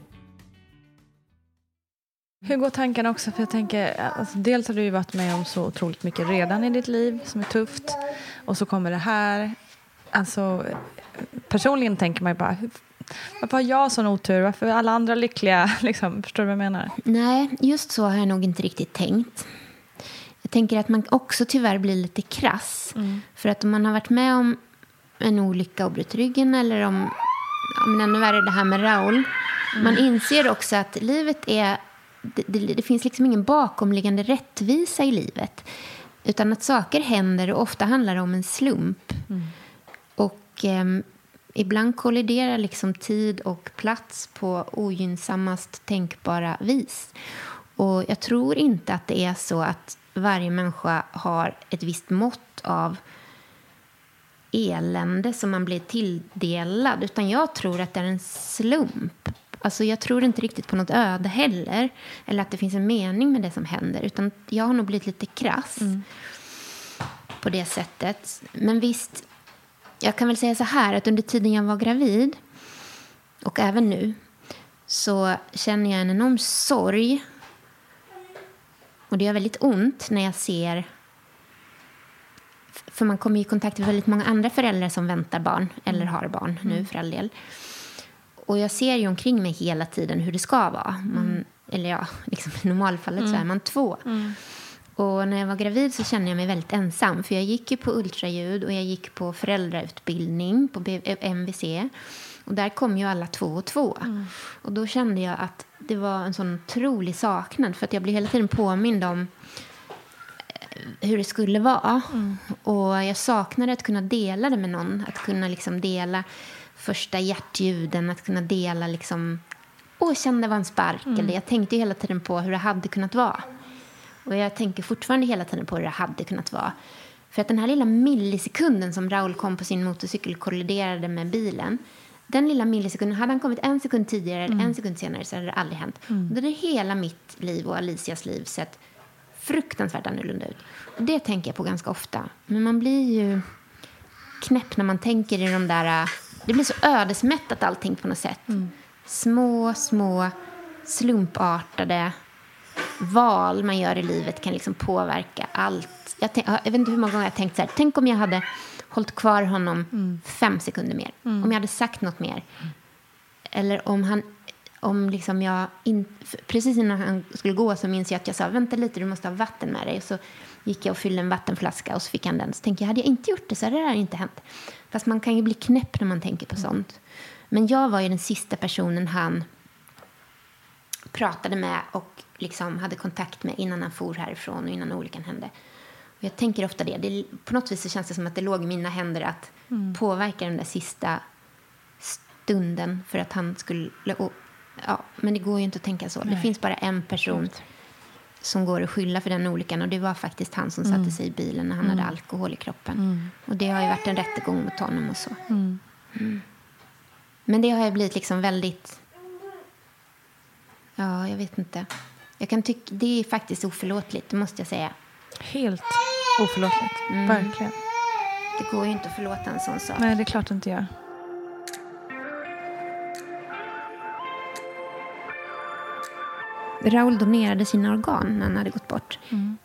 Hur går tankarna också? För jag tänker, alltså, dels har du ju varit med om så otroligt mycket redan i ditt liv som är tufft. Och så kommer det här. Alltså, personligen tänker man ju bara, varför har jag sån otur? Varför är alla andra lyckliga? Liksom, förstår du vad jag menar? Nej, just så har jag nog inte riktigt tänkt. Jag tänker att man också tyvärr blir lite krass. För att om man har varit med om en olycka och brutit ryggen, eller om men ännu värre det här med Raoul. Man inser också att livet är... Det finns liksom ingen bakomliggande rättvisa i livet. Utan att saker händer, och ofta handlar det om en slump. Och ibland kolliderar liksom tid och plats på ogynnsammast tänkbara vis. Och jag tror inte att det är så att varje människa har ett visst mått av elände som man blir tilldelad. Utan jag tror att det är en slump. Alltså jag tror inte riktigt på något öde heller. Eller att det finns en mening med det som händer. Utan jag har nog blivit lite krass på det sättet. Men visst, jag kan väl säga så här, att under tiden jag var gravid, och även nu, så känner jag en enorm sorg. Och det gör väldigt ont när jag ser... För man kommer i kontakt med väldigt många andra föräldrar som väntar barn. Eller har barn nu för all del. Och jag ser ju omkring mig hela tiden hur det ska vara. Eller ja, liksom i normalfallet så är man 2. Och när jag var gravid så kände jag mig väldigt ensam. För jag gick ju på ultraljud och jag gick på föräldrautbildning på MVC. Och där kom ju alla 2 och 2. Och då kände jag att det var en sån otrolig saknad. För att jag blev hela tiden påmind om hur det skulle vara. Och jag saknade att kunna dela det med någon. Att kunna liksom dela första hjärtljuden. Att kunna dela liksom... kände det var en spark. Eller jag tänkte hela tiden på hur det hade kunnat vara. Och jag tänker fortfarande hela tiden på hur det hade kunnat vara. För att den här lilla millisekunden som Raoul kom på sin motorcykel kolliderade med bilen. Den lilla millisekunden, hade han kommit 1 sekund tidigare eller 1 sekund senare, så hade det aldrig hänt. Och det hade hela mitt liv och Alicias liv sett fruktansvärt annorlunda ut. Och det tänker jag på ganska ofta. Men man blir ju knäpp när man tänker i de där... Det blir så ödesmättat allting på något sätt. Små slumpartade val man gör i livet kan liksom påverka allt. Jag vet inte hur många gånger jag har tänkt så här. Tänk om jag hade hållit kvar honom 5 sekunder mer. Om jag hade sagt något mer. Eller om liksom jag... precis innan han skulle gå så minns jag att jag sa, vänta lite, du måste ha vatten med dig. Så gick jag och fyllde en vattenflaska och så fick han den. Så tänkte jag, hade jag inte gjort det så hade det här inte hänt. Fast man kan ju bli knäpp när man tänker på sånt. Men jag var ju den sista personen han pratade med och liksom hade kontakt med innan han for härifrån och innan olyckan hände. Och jag tänker ofta det. På något vis så känns det som att det låg i mina händer att påverka den där sista stunden för att han skulle... men det går ju inte att tänka så. Nej. Det finns bara en person som går att skylla för den olyckan, och det var faktiskt han som satte sig i bilen när han hade alkohol i kroppen. Och det har ju varit en rättegång mot honom och så. Men det har ju blivit liksom väldigt... Ja, jag vet inte. Jag kan tycka det är faktiskt oförlåtligt, det måste jag säga. Helt oförlåtligt, verkligen. Det går ju inte att förlåta en sån sak. Nej, det är klart inte gör. Raoul donerade sina organ när han hade gått bort.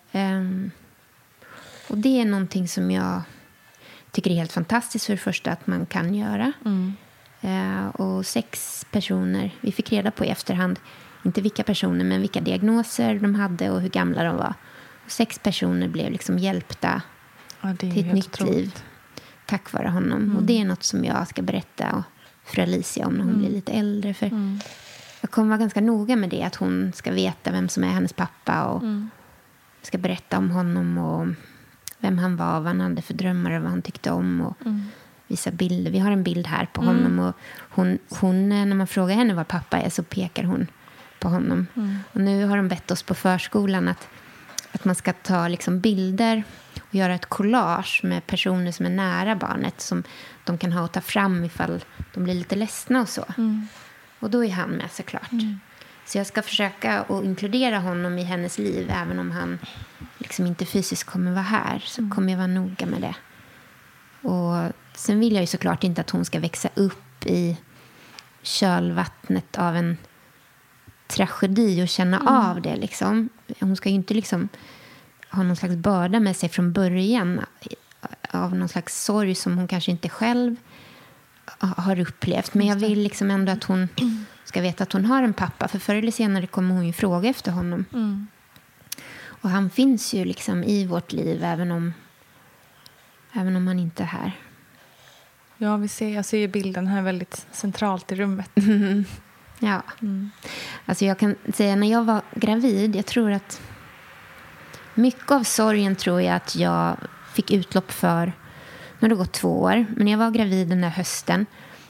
Och det är någonting som jag tycker är helt fantastiskt, för det första att man kan göra. Och 6 personer, vi fick reda på i efterhand, inte vilka personer men vilka diagnoser de hade och hur gamla de var. Och 6 personer blev liksom hjälpta till ett nytt liv tack vare honom. Och det är något som jag ska berätta för Alicia om när hon blir lite äldre. För jag kommer vara ganska noga med det, att hon ska veta vem som är hennes pappa. Och ska berätta om honom och vem han var, vad han hade för drömmar och vad han tyckte om och visa bilder. Vi har en bild här på honom och hon när man frågar henne vad pappa är så pekar hon på honom. Och nu har de bett oss på förskolan att man ska ta liksom bilder och göra ett collage med personer som är nära barnet som de kan ha och ta fram ifall de blir lite ledsna och så. Och då är han med såklart. Så jag ska försöka att inkludera honom i hennes liv även om han liksom inte fysiskt kommer vara här så kommer jag vara noga med det. Och sen vill jag ju såklart inte att hon ska växa upp i kölvattnet av en tragedi och känna av det liksom. Hon ska ju inte liksom ha någon slags börda med sig från början av någon slags sorg som hon kanske inte själv har upplevt. Men jag vill liksom ändå att hon ska veta att hon har en pappa. För förr eller senare kommer hon ju fråga efter honom. Och han finns ju liksom i vårt liv även om han inte är här. Ja, jag ser ju bilden här väldigt centralt i rummet. Ja. Alltså jag kan säga när jag var gravid, jag tror att mycket av sorgen tror jag att jag fick utlopp för. Nu har det gått 2 år, men när jag var gravid den där hösten,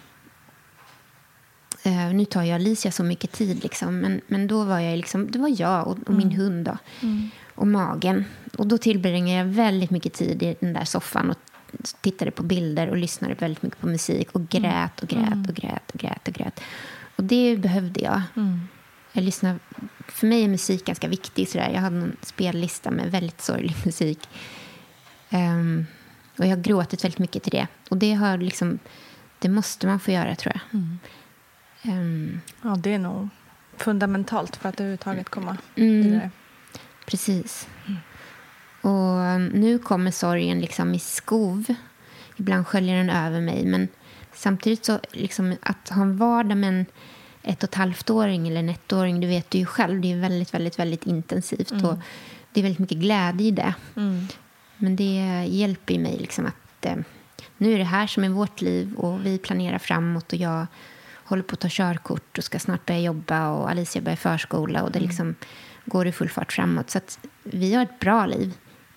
nu tar jag Alicia så mycket tid liksom, men då var jag liksom, det var jag och min hund då, och magen, och då tillbringade jag väldigt mycket tid i den där soffan och tittade på bilder och lyssnade väldigt mycket på musik och grät och grät och grät och grät och grät. Och det behövde jag. Jag lyssnar, för mig är musik ganska viktig sådär. Jag hade en spellista med väldigt sorglig musik. Och jag har gråtit väldigt mycket till det. Och det har liksom, det måste man få göra tror jag. Ja, det är nog fundamentalt för att överhuvudtaget komma vidare. Precis. Och nu kommer sorgen liksom i skov. Ibland sköljer den över mig. Men samtidigt så liksom att ha en vardag med en 1,5-åring eller en 1-åring, du vet du ju själv, det är väldigt, väldigt, väldigt intensivt. Och det är väldigt mycket glädje i det. Men det hjälper ju mig liksom att nu är det här som är vårt liv och vi planerar framåt och jag håller på att ta körkort och ska snart börja jobba och Alicia börjar förskola och det liksom går i full fart framåt. Så att vi har ett bra liv.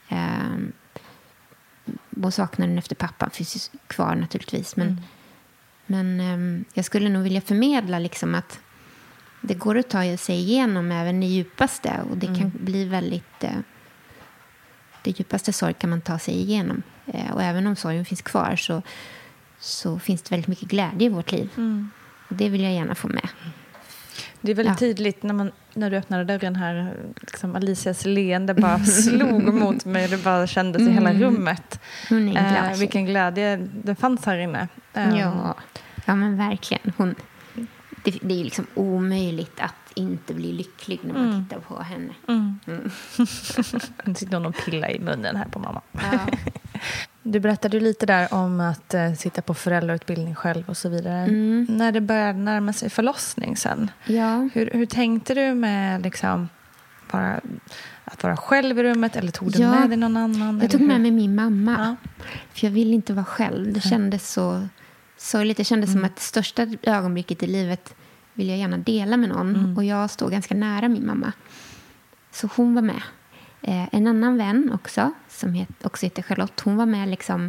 Och saknaden efter pappan finns ju kvar naturligtvis. Men jag skulle nog vilja förmedla liksom att det går att ta sig igenom även i djupaste. Och det kan bli väldigt... det djupaste sorg kan man ta sig igenom. Och även om sorgen finns kvar så finns det väldigt mycket glädje i vårt liv. Och det vill jag gärna få med. Det är väldigt tydligt när du öppnade dörren här. Liksom Alicias leende bara slog mot mig. Det bara kändes i hela rummet. Vilken glädje det fanns här inne. Ja, men verkligen. Det är liksom omöjligt att inte bli lycklig när man tittar på henne. Det sitter någon pilla i munnen här på mamma. Ja. Du berättade lite där om att sitta på föräldrautbildning själv och så vidare. När det började närma sig förlossning sen. Ja. Hur tänkte du med liksom att vara själv i rummet eller tog du med dig någon annan? Jag tog med mig min mamma. Ja. För jag ville inte vara själv. Det kändes så sorgligt. Det kändes som att det största ögonblicket i livet vill jag gärna dela med någon. Och jag står ganska nära min mamma. Så hon var med. En annan vän också, som också heter Charlotte, hon var med liksom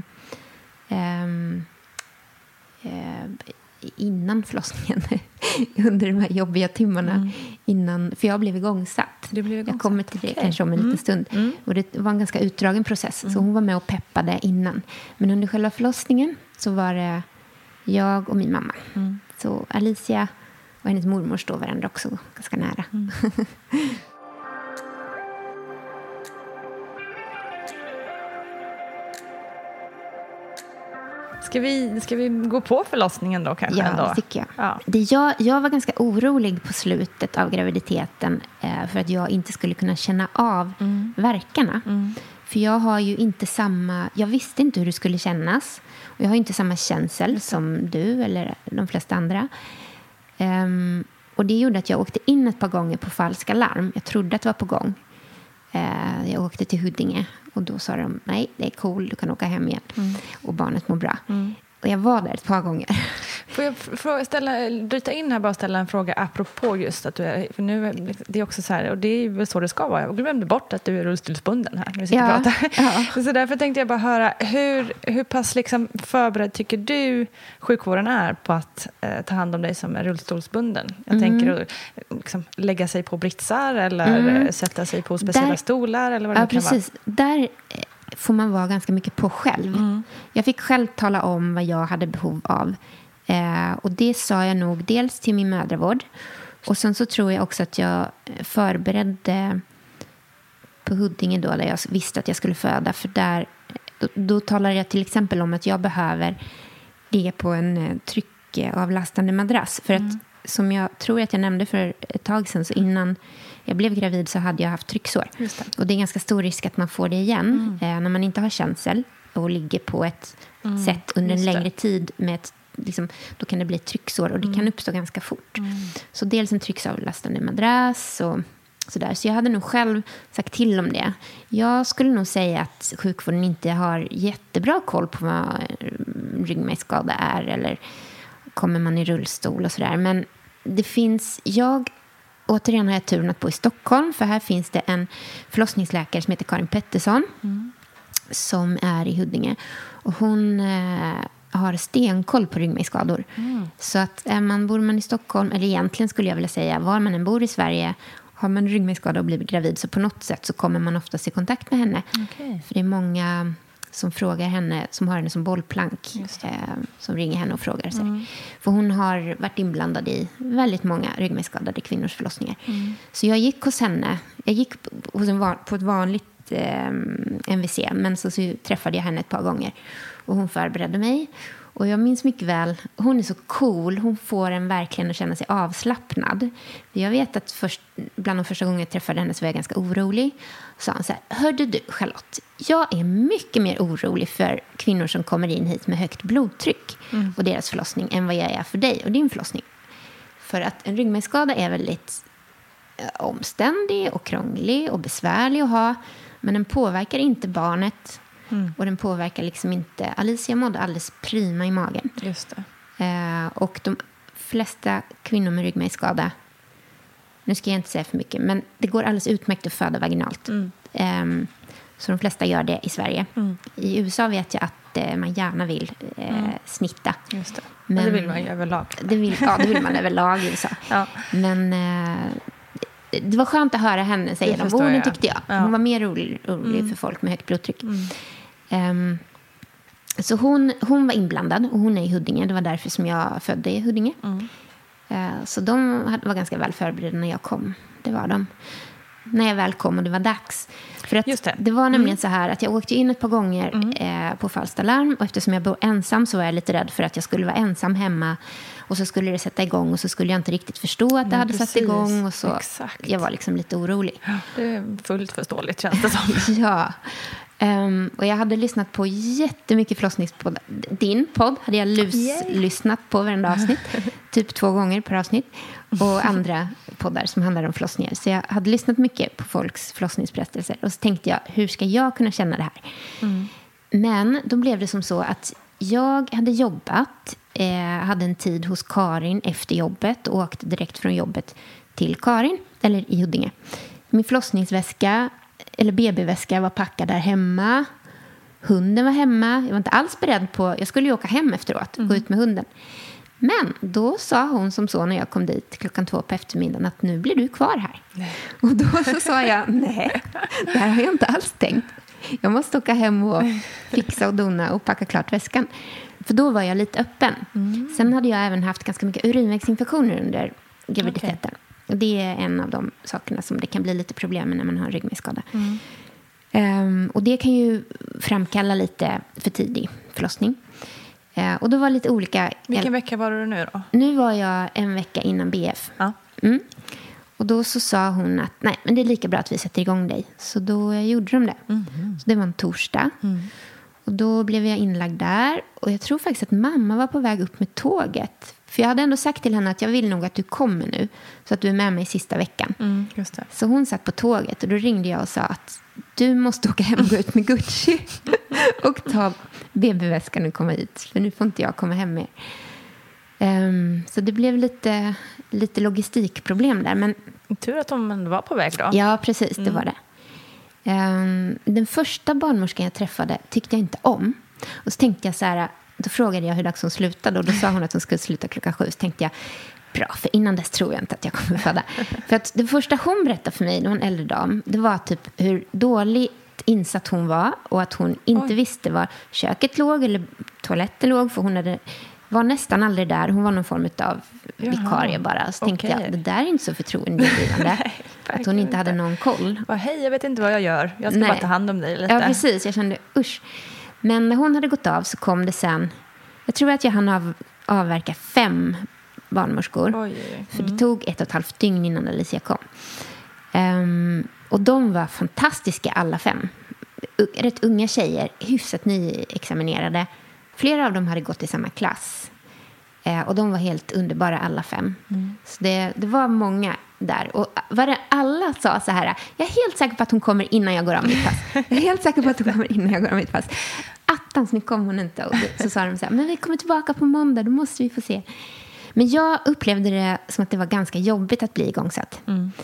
innan förlossningen, under de här jobbiga timmarna innan, för jag blev igångsatt. Jag kommer till det kanske om en liten stund. Och det var en ganska utdragen process, så hon var med och peppade innan. Men under själva förlossningen så var det jag och min mamma. Så Alicia och hennes mormor står varandra också ganska nära. Ska vi gå på förlossningen då kanske? Ja, det tycker jag. Ja. Jag var ganska orolig på slutet av graviditeten för att jag inte skulle kunna känna av verkarna. För jag har ju inte jag visste inte hur det skulle kännas. Och jag har inte samma känsel som du eller de flesta andra. Och det gjorde att jag åkte in ett par gånger på falska larm. Jag trodde att det var på gång. Jag åkte till Huddinge och då sa de, nej, det är cool, du kan åka hem igen. Och barnet mår bra. Och jag var där ett par gånger. Får jag bryta in här och ställa en fråga apropå just att du är, för nu det är också så här, och det är väl så det ska vara. Jag glömde bort att du är rullstolsbunden här när vi sitter och pratar. Ja. Så därför tänkte jag bara höra, hur pass liksom förberedd tycker du sjukvården är på att ta hand om dig som är rullstolsbunden? Jag tänker att liksom, lägga sig på britsar eller sätta sig på speciella stolar eller vad det kan vara. Där får man vara ganska mycket på själv. Jag fick själv tala om vad jag hade behov av. Och det sa jag nog dels till min mödravård. Och sen så tror jag också att jag förberedde på Huddinge då, där jag visste att jag skulle föda. För där, då talade jag till exempel om att jag behöver ligga på en tryckavlastande madrass. För att, som jag tror att jag nämnde för ett tag sedan, så innan jag blev gravid så hade jag haft trycksår. Och det är ganska stor risk att man får det igen när man inte har känsel och ligger på ett sätt under en längre tid med ett, liksom, då kan det bli trycksår och det kan uppstå ganska fort. Så dels en trycksavlastande madrass och sådär. Så jag hade nog själv sagt till om det. Jag skulle nog säga att sjukvården inte har jättebra koll på vad ryggmärgsskada är eller kommer man i rullstol och sådär. Men det finns, återigen har jag turen att bo i Stockholm, för här finns det en förlossningsläkare som heter Karin Pettersson som är i Huddinge. Och hon har stenkoll på ryggmärgsskador. Så att bor man i Stockholm, eller egentligen skulle jag vilja säga, var man än bor i Sverige, har man ryggmärgsskada och blivit gravid, så på något sätt så kommer man oftast i kontakt med henne. För det är många som frågar henne, som har henne som bollplank, som ringer henne och frågar sig. För hon har varit inblandad i väldigt många ryggmärgsskadade kvinnors förlossningar. Så jag gick hos henne. Jag gick på ett vanligt MVC, men så träffade jag henne ett par gånger. Och hon förberedde mig. Och jag minns mycket väl, hon är så cool. Hon får en verkligen att känna sig avslappnad. Jag vet att bland de första gången jag träffade henne så var jag ganska orolig. Så han så här: hörde du Charlotte, jag är mycket mer orolig för kvinnor som kommer in hit med högt blodtryck och deras förlossning än vad jag är för dig och din förlossning. För att en ryggmärgsskada är väldigt omständig och krånglig och besvärlig att ha. Men den påverkar inte barnet. Och den påverkar liksom inte. Alicia mådde alldeles prima i magen. Just det. Och de flesta kvinnor med ryggmärgsskada, nu ska jag inte säga för mycket, men det går alldeles utmärkt att föda vaginalt. Så de flesta gör det i Sverige. I USA vet jag att man gärna vill snitta. Just det. Men det vill man ju överlag. Det vill man överlag i USA. Men det var skönt att höra henne säga de orden, tyckte jag. Hon var mer rolig för folk med högt blodtryck. Så hon var inblandad och hon är i Huddinge. Det var därför som jag födde i Huddinge. Så de var ganska väl förberedda när jag kom. Det var de. När jag väl kom och det var dags. För att det var nämligen så här att jag åkte in ett par gånger på falskt alarm. Och eftersom jag bor ensam så var jag lite rädd för att jag skulle vara ensam hemma. Och så skulle det sätta igång och så skulle jag inte riktigt förstå att det hade satt igång. Och så jag var liksom lite orolig. Det är fullt förståeligt, känns det som. Ja. Och jag hade lyssnat på jättemycket förlossningspodd. Din podd hade jag lyssnat på varenda avsnitt. Typ 2 gånger per avsnitt. Och andra poddar som handlar om förlossningar. Så jag hade lyssnat mycket på folks förlossningsberättelser. Och så tänkte jag, hur ska jag kunna känna det här? Men då blev det som så att jag hade jobbat. Hade en tid hos Karin efter jobbet. Och åkte direkt från jobbet till Karin. Eller i Huddinge. Min förlossningsväska, eller BB-väska, var packad där hemma. Hunden var hemma. Jag var inte alls beredd på... Jag skulle ju åka hem efteråt. Gå ut med hunden. Men då sa hon som så när jag kom dit 2:00 på eftermiddagen att nu blir du kvar här. Och då så sa jag, nej, det här har jag inte alls tänkt. Jag måste åka hem och fixa och dona och packa klart väskan. För då var jag lite öppen. Sen hade jag även haft ganska mycket urinvägsinfektioner under graviditeten. Och det är en av de sakerna som det kan bli lite problem med när man har ryggmärgsskada. Och det kan ju framkalla lite för tidig förlossning. Och då var lite olika... Vilken vecka var du nu då? Nu var jag 1 vecka innan BF. Och då så sa hon att nej, men det är lika bra att vi sätter igång dig. Så då gjorde de det. Så det var en torsdag. Och då blev jag inlagd där. Och jag tror faktiskt att mamma var på väg upp med tåget. För jag hade ändå sagt till henne att jag vill nog att du kommer nu. Så att du är med mig sista veckan. Just det. Så hon satt på tåget och då ringde jag och sa att du måste åka hem och gå ut med Gucci. Och ta BB-väskan och komma hit. För nu får inte jag komma hem mer. Så det blev lite logistikproblem där. Men tur att de var på väg då. ja, precis, det var det. Den första barnmorskan jag träffade tyckte jag inte om. Och så tänkte jag så här, då frågade jag hur dags hon slutade. Och då sa hon att hon skulle sluta 7:00. Så tänkte jag, bra, för innan dess tror jag inte att jag kommer föda. För att det första hon berättade för mig, det var en äldre dam, det var typ hur dåligt insatt hon var. Och att hon inte visste var köket låg eller toaletten låg. För hon var nästan aldrig där. Hon var någon form av vikarie bara. Så tänkte jag, det där är inte så förtroendeingivande. Att hon inte hade någon koll. Hej, jag vet inte vad jag gör. Jag ska bara ta hand om dig lite. Ja, precis. Jag kände, usch. Men när hon hade gått av så kom det sen... Jag tror att jag hann avverka 5 barnmorskor. För det tog 1,5 dygn innan Alicia kom. Och de var fantastiska alla 5. Rätt unga tjejer, hyfsat nyexaminerade. Flera av dem hade gått i samma klass. Och de var helt underbara alla 5. Så det var många där. Och alla sa så här, jag är helt säker på att hon kommer innan jag går av mitt pass. Jag är helt säker på att hon kommer innan jag går av mitt pass. Attans, nu kommer hon inte. Och så sa de så här, men vi kommer tillbaka på måndag, då måste vi få se. Men jag upplevde det som att det var ganska jobbigt att bli igångsatt.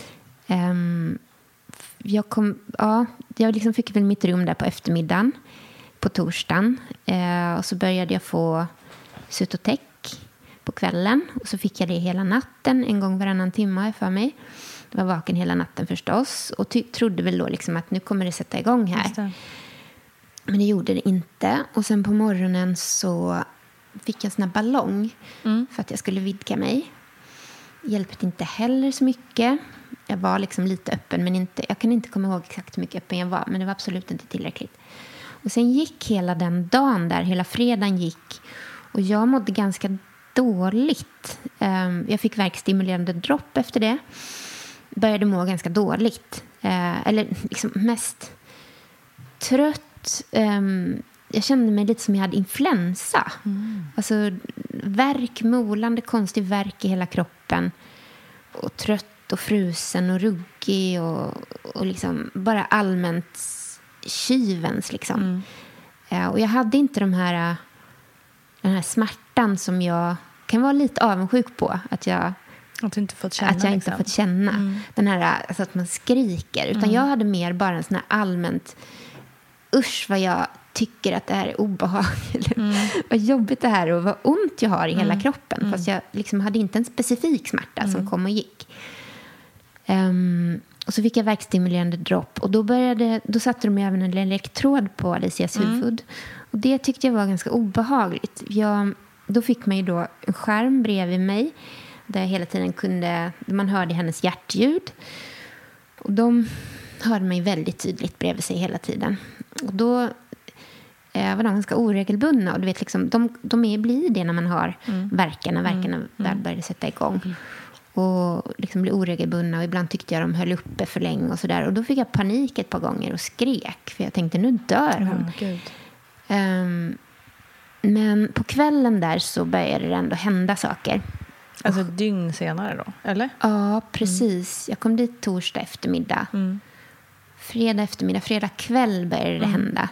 Jag liksom fick väl mitt rum där på eftermiddagen. På torsdagen. Och så började jag få Sutotek på kvällen. Och så fick jag det hela natten. En gång varannan timme för mig. Jag var vaken hela natten förstås. Och trodde väl då liksom att nu kommer det sätta igång här. Men det gjorde det inte. Och sen på morgonen så fick jag en sån här ballong. För att jag skulle vidga mig. Hjälpte inte heller så mycket. Jag var liksom lite öppen. Men jag kan inte komma ihåg exakt hur mycket öppen jag var. Men det var absolut inte tillräckligt. Och sen gick hela den dagen där. Hela fredagen gick. Och jag mådde ganska dåligt. Jag fick värkstimulerande dropp efter det. Började må ganska dåligt. Eller liksom mest trött. Jag kände mig lite som jag hade influensa. Alltså värk, molande, konstig värk i hela kroppen. Och trött och frusen och ruggig. Och liksom bara allmänt kyvens liksom. Och jag hade inte den här smärtan som jag kan vara lite avundsjuk på. Att jag inte fått känna. Inte fått känna. Den här, alltså att man skriker. Utan jag hade mer bara en sån här allmänt, usch vad jag tycker att det här är obehagligt. Vad jobbigt det här och vad ont jag har i hela kroppen. Fast jag liksom hade inte en specifik smärta som kom och gick. Och så fick jag värkstimulerande dropp. Och då satte de även en elektrod på Alicias huvud. Och det tyckte jag var ganska obehagligt. Då fick man ju då en skärm bredvid mig. Där jag hela tiden man hörde hennes hjärtljud. Och de hörde mig väldigt tydligt bredvid sig hela tiden. Och då var de ganska oregelbundna. Och du vet liksom, de blir det när man har verkarna väl började sätta igång. Och liksom bli oregelbundna. Och ibland tyckte jag de höll uppe för länge och sådär. Och då fick jag panik ett par gånger och skrek. För jag tänkte, nu dör hon. Men på kvällen där så började det ändå hända saker. Alltså dygn senare då, eller? Ja, precis. Jag kom dit torsdag eftermiddag. Fredag eftermiddag, fredag kväll började det hända.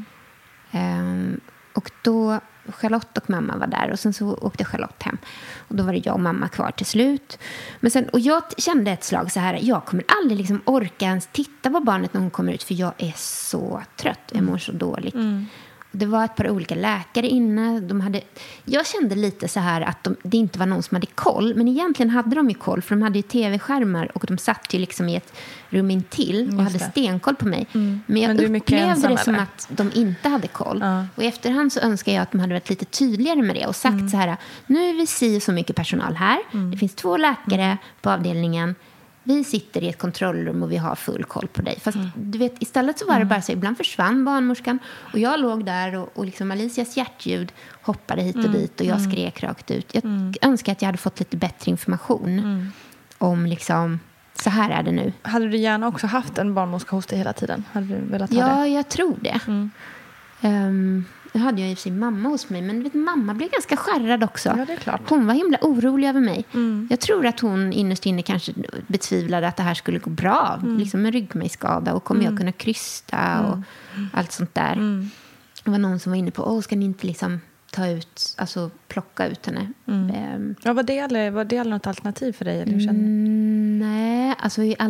Och då, Charlotte och mamma var där. Och sen så åkte Charlotte hem. Och då var det jag och mamma kvar till slut. Men sen, och jag kände ett slag så här. Jag kommer aldrig liksom orka ens titta på barnet när hon kommer ut. För jag är så trött. Jag mår så dåligt. Det var ett par olika läkare inne. Jag kände lite så här att det inte var någon som hade koll. Men egentligen hade de ju koll. För de hade ju tv-skärmar. Och de satt ju liksom i ett rum intill. Och hade stenkoll på mig. Men jag upplevde det som att de inte hade koll. Och i efterhand så önskar jag att de hade varit lite tydligare med det. Och sagt så här. Nu är vi så mycket personal här. Det finns 2 läkare på avdelningen. Vi sitter i ett kontrollrum och vi har full koll på dig. Fast du vet, istället så var det bara så. Ibland försvann barnmorskan. Och jag låg där och liksom Alicias hjärtljud hoppade hit och dit. Och jag skrek rakt ut. Jag önskar att jag hade fått lite bättre information. Om liksom, så här är det nu. Hade du gärna också haft en barnmorska hos dig hela tiden? Hade du velat ha det? Ja, jag tror det. Jag hade ju sin mamma hos mig. Men vet, mamma blev ganska skärrad också. Ja, det är klart. Hon var himla orolig över mig. Jag tror att hon innerst inne kanske betvivlade att det här skulle gå bra. Liksom en ryggmärgsskada. Och kommer jag kunna krysta och allt sånt där. Det var någon som var inne på, ska ni inte liksom plocka ut henne. Ja, var det något alternativ för dig? Eller hur kände? Nej, alltså i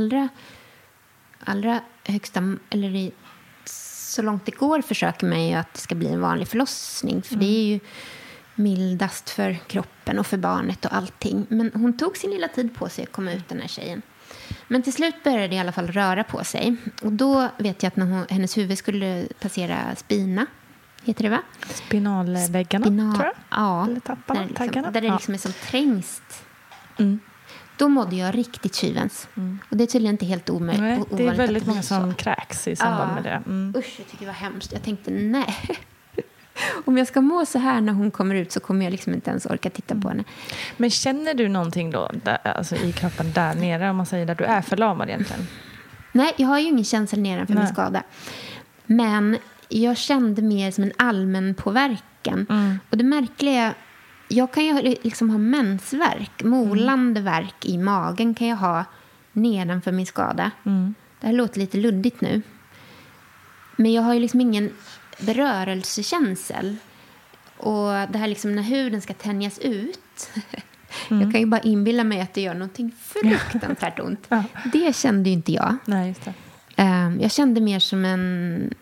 allra högsta, eller så långt det går försöker man ju att det ska bli en vanlig förlossning. För det är ju mildast för kroppen och för barnet och allting. Men hon tog sin lilla tid på sig att komma ut, den här tjejen. Men till slut började det i alla fall röra på sig. Och då vet jag att när hennes huvud skulle passera spina, heter det va? Spinalväggarna, tror jag. Ja, eller tapparna, taggarna. Där det liksom är som trängst. Då mådde jag riktigt tjuvens. Och det är tydligen inte helt omöjligt. Nej, det är väldigt många som kräks i samband med det. Usch, jag tycker det var hemskt. Jag tänkte, nej. Om jag ska må så här när hon kommer ut så kommer jag liksom inte ens orka titta på henne. Men känner du någonting då alltså i kroppen där nere, om man säger där du är förlamad egentligen? Nej, jag har ju ingen känsla nedanför min skada. Men jag kände mer som en allmän påverkan. Och det märkliga, jag kan ju liksom ha mensvärk, molande värk i magen kan jag ha nedanför min skada. Det här låter lite luddigt nu. Men jag har ju liksom ingen berörelsekänsel. Och det här liksom när huden ska tänjas ut. Jag kan ju bara inbilla mig att det gör någonting fruktansvärt ont. Det kände ju inte jag. Nej, just det. Jag kände mer som en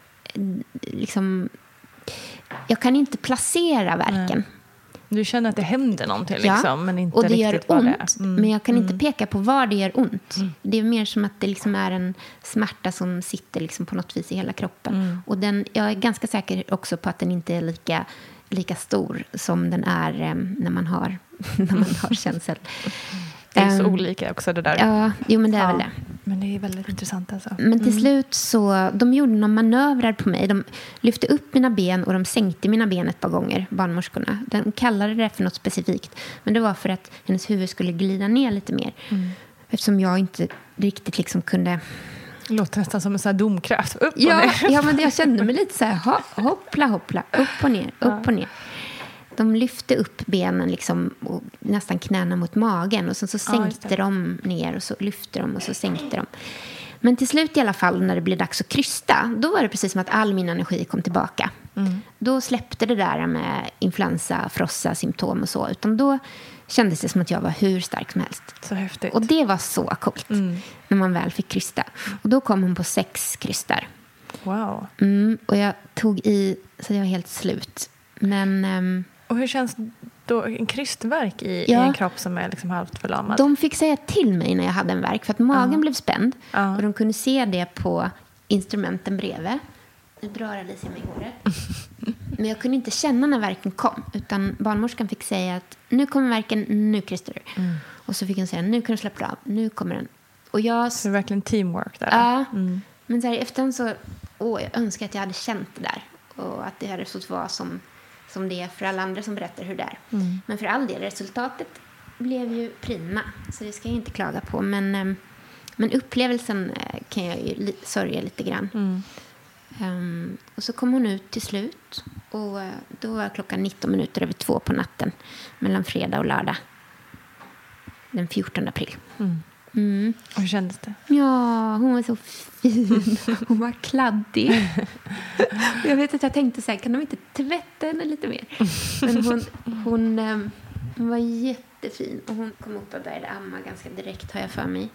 liksom, jag kan inte placera verken. Du känner att det händer någonting liksom, men inte och det riktigt gör vad ont, det är. men jag kan inte peka på var det gör ont. Det är mer som att det liksom är en smärta som sitter liksom på något vis i hela kroppen. Och jag är ganska säker också på att den inte är lika stor som den är när man har känsel. Det är så olika också det där. Ja, jo, men det är väl det. Men det är väldigt intressant alltså. Men till slut så, de gjorde några manövrar på mig. De lyfte upp mina ben och de sänkte mina ben ett par gånger, barnmorskorna. De kallade det för något specifikt. Men det var för att hennes huvud skulle glida ner lite mer. Eftersom jag inte riktigt liksom kunde... Det låter nästan som en sån här domkraft. Upp och ner. Ja, men jag kände mig lite så här, hoppla, upp och ner, upp och ner. De lyfte upp benen liksom, och nästan knäna mot magen. Och sen så sänkte de ner och så lyfte de och så sänkte de. Men till slut i alla fall när det blev dags att krysta, då var det precis som att all min energi kom tillbaka. Då släppte det där med influensa, frossa, symptom och så. Utan då kändes det som att jag var hur stark som helst. Så häftigt. Och det var så coolt när man väl fick krysta. Och då kom hon på 6 krystar. Wow. Och jag tog i så jag var helt slut. Men... Och hur känns då en krystvärk i en kropp som är liksom halvt förlamad? De fick säga till mig när jag hade en värk för att magen blev spänd. Och de kunde se det på instrumenten bredvid. Nu drar Alicia mig i håret. Men jag kunde inte känna när värken kom. Utan barnmorskan fick säga att nu kommer värken, nu krystar du. Och så fick hon säga, nu kan du släppa av, nu kommer den. Och så det är verkligen teamwork där. Ja, men så här, efter så, jag önskar att jag hade känt det där. Och att det hade fått vara som det är för alla andra som berättar hur det är. Men för all del, resultatet blev ju prima. Så det ska jag inte klaga på. Men upplevelsen kan jag ju sörja lite grann. Och så kom hon ut till slut. Och då var klockan 19:02 på natten. Mellan fredag och lördag. Den 14 april. Och hur kändes det? Ja, hon var så fin. Hon var kladdig. Jag vet att jag tänkte så här, kan de inte tvätta henne lite mer? Men hon var jättefin. Och hon kom upp och började amma ganska direkt, har jag för mig.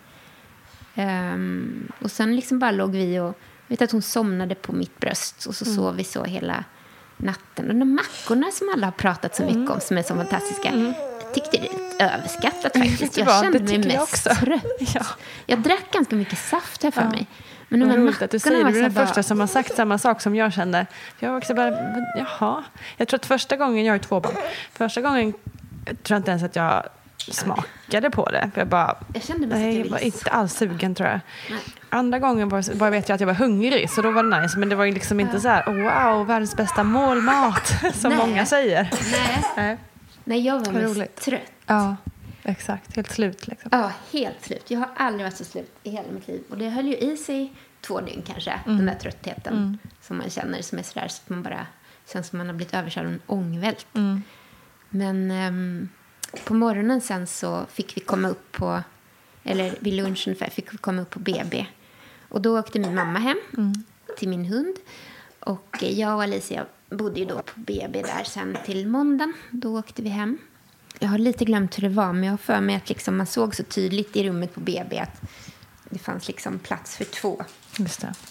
Och sen liksom bara låg vi och vet att hon somnade på mitt bröst. Och så sov vi så hela natten. Och de mackorna som alla har pratat så mycket om, som är så fantastiska. Jag tyckte det är lite överskattat faktiskt. Jag kände mig mest trött. Ja. Jag drack ganska mycket saft här för mig. Men de här roligt att du säger det. Du är den bara... första som har sagt samma sak som jag kände. Jag var också bara, jaha. Jag tror att första gången, jag har 2 barn. Första gången tror jag inte ens att jag smakade på det. För jag kände mig jag var inte alls sugen, tror jag. Nej. Andra gången bara vet jag att jag var hungrig. Så då var det nice. Men det var ju liksom inte så här, wow, världens bästa målmat. Som många säger. Nej, jag var mest trött. Ja, exakt. Helt slut liksom. Ja, helt slut. Jag har aldrig varit så slut i hela mitt liv. Och det höll ju i sig 2 dygn kanske. Den där tröttheten som man känner, som är sådär så att man bara känns som man har blivit överkörd av en ångvält. Men på morgonen sen så fick vi komma upp på, eller vid lunchen fick vi komma upp på BB. Och då åkte min mamma hem till min hund. Och jag och Alicia bodde ju då på BB där sen till måndagen. Då åkte vi hem. Jag har lite glömt hur det var, men jag har för mig att liksom man såg så tydligt i rummet på BB att det fanns liksom plats för 2. Just det.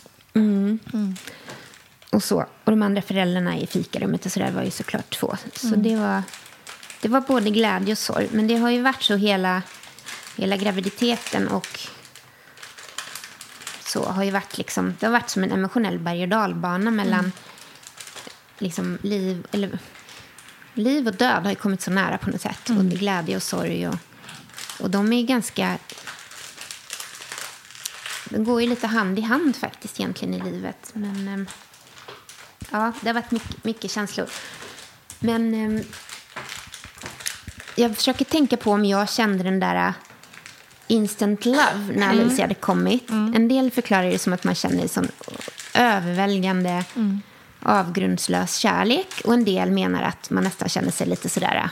Och så. Och de andra föräldrarna i fikarummet och så där var ju såklart 2. Så det var både glädje och sorg. Men det har ju varit så hela graviditeten och så har ju varit liksom, det har varit som en emotionell berg- och dalbana mellan liksom liv och död har ju kommit så nära på något sätt. Och glädje och sorg och de är ganska, de går ju lite hand i hand faktiskt egentligen i livet. Men ja, det har varit mycket känslor. Men jag försöker tänka på om jag kände den där instant love när Alicia hade kommit. En del förklarar det som att man känner sån överväldigande avgrundslös kärlek. Och en del menar att man nästan känner sig lite sådär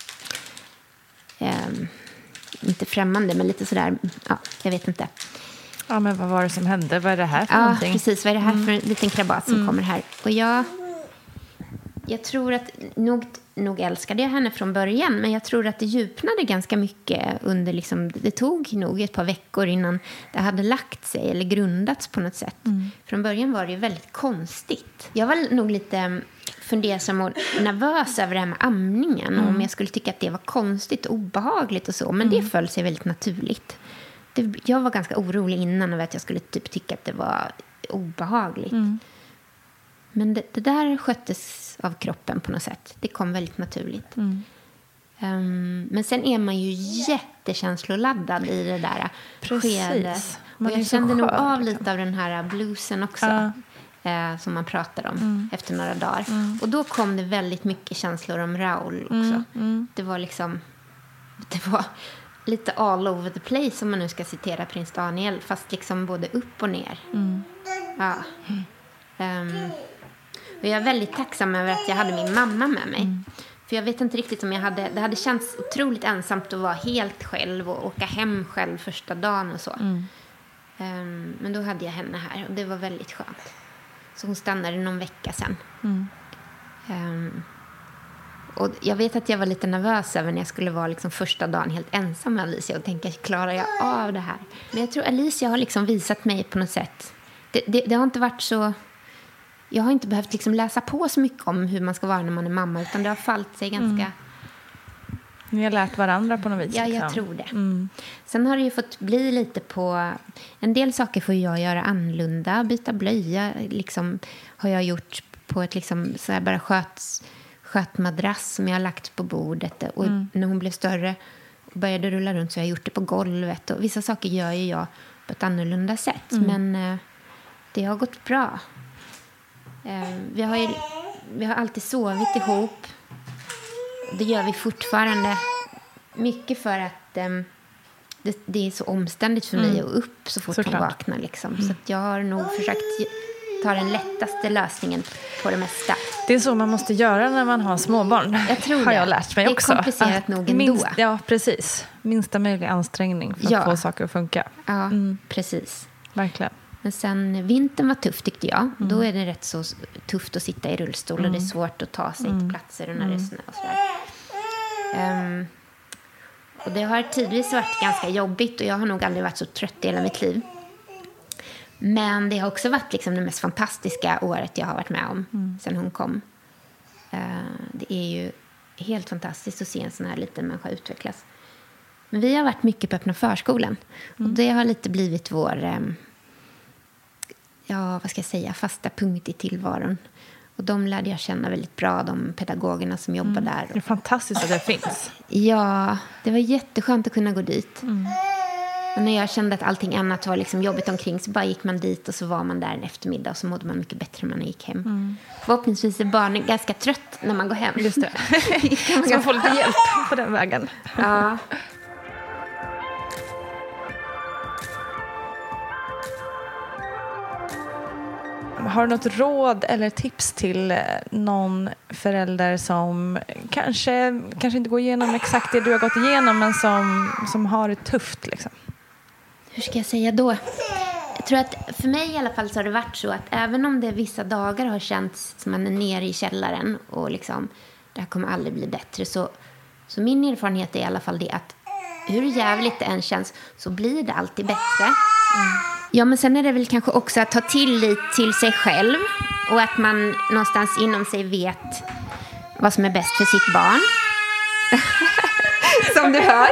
inte främmande, men lite sådär, ja, jag vet inte. Ja, men vad var det som hände? Vad är det här för någonting? Ja, precis. Vad är det här för en liten krabat som kommer här? Och jag tror att nog älskade jag henne från början, men jag tror att det djupnade ganska mycket under liksom, det tog nog ett par veckor innan det hade lagt sig eller grundats på något sätt. Från början var det ju väldigt konstigt. Jag var nog lite fundersam och nervös över det här med amningen och om jag skulle tycka att det var konstigt och obehagligt och så, men det föll sig väldigt naturligt. Jag var ganska orolig innan över att jag skulle typ tycka att det var obehagligt. Men det där sköttes av kroppen på något sätt. Det kom väldigt naturligt. Men sen är man ju jättekänsloladdad i det där skedet. Och jag kände nog av lite av den här bluesen också. Som man pratar om efter några dagar. Och då kom det väldigt mycket känslor om Raoul också. Det var liksom... Det var lite all over the place om man nu ska citera prins Daniel. Fast liksom både upp och ner. Ja. Och jag är väldigt tacksam över att jag hade min mamma med mig. För jag vet inte riktigt om det hade känts otroligt ensamt att vara helt själv och åka hem själv första dagen och så. Men då hade jag henne här och det var väldigt skönt. Så hon stannade någon vecka sen. Och jag vet att jag var lite nervös över när jag skulle vara liksom första dagen helt ensam med Alicia och tänka, klarar jag av det här? Men jag tror Alicia har liksom visat mig på något sätt. Det har inte varit så... Jag har inte behövt liksom läsa på så mycket om hur man ska vara när man är mamma, utan det har fallit sig ganska... Ni har lärt varandra på något vis. Ja, jag tror det. Sen har det ju fått bli lite på... En del saker får jag göra annorlunda. Byta blöja liksom, har jag gjort på ett liksom, så här bara skötmadrass som jag har lagt på bordet. Och när hon blev större och började rulla runt så har jag gjort det på golvet. Och vissa saker gör ju jag på ett annorlunda sätt. Men det har gått bra. Vi har alltid sovit ihop. Det gör vi fortfarande. Mycket för att det är så omständigt för mig att upp så fort hon vaknar. Liksom. Så att jag har nog försökt ta den lättaste lösningen på det mesta. Det är så man måste göra när man har småbarn. Jag tror har jag lärt mig också. Det är komplicerat nog ändå. Ja, precis. Minsta möjliga ansträngning för att få saker att funka. Ja, precis. Verkligen. Men sen vintern var tuff tyckte jag. Då är det rätt så tufft att sitta i rullstol och det är svårt att ta sig till platser och när det är snö och sådär. Och det har tidvis varit ganska jobbigt och jag har nog aldrig varit så trött i hela mitt liv. Men det har också varit liksom det mest fantastiska året jag har varit med om sen hon kom. Det är ju helt fantastiskt att se en sån här liten människa utvecklas. Men vi har varit mycket på öppna förskolan. Och det har lite blivit vår... vad ska jag säga, fasta punkt i tillvaron. Och de lärde jag känna väldigt bra, de pedagogerna som jobbar där. Det är fantastiskt att det finns. Ja, det var jätteskönt att kunna gå dit. Och när jag kände att allting annat var liksom jobbigt omkring så bara gick man dit och så var man där en eftermiddag och så mådde man mycket bättre när man gick hem. Förhoppningsvis är barnen ganska trött när man går hem. Just det. Så man får lite hjälp på den vägen. Ja. Har du något råd eller tips till någon förälder som kanske inte går igenom exakt det du har gått igenom men som har det tufft liksom? Hur ska jag säga då? Jag tror att för mig i alla fall så har det varit så att även om det vissa dagar har känts som man är nere i källaren och liksom, det här kommer aldrig bli bättre, så min erfarenhet är i alla fall det att hur jävligt det än känns så blir det alltid bättre. Ja, men sen är det väl kanske också att ta tillit till sig själv och att man någonstans inom sig vet vad som är bäst för sitt barn. Som du hör.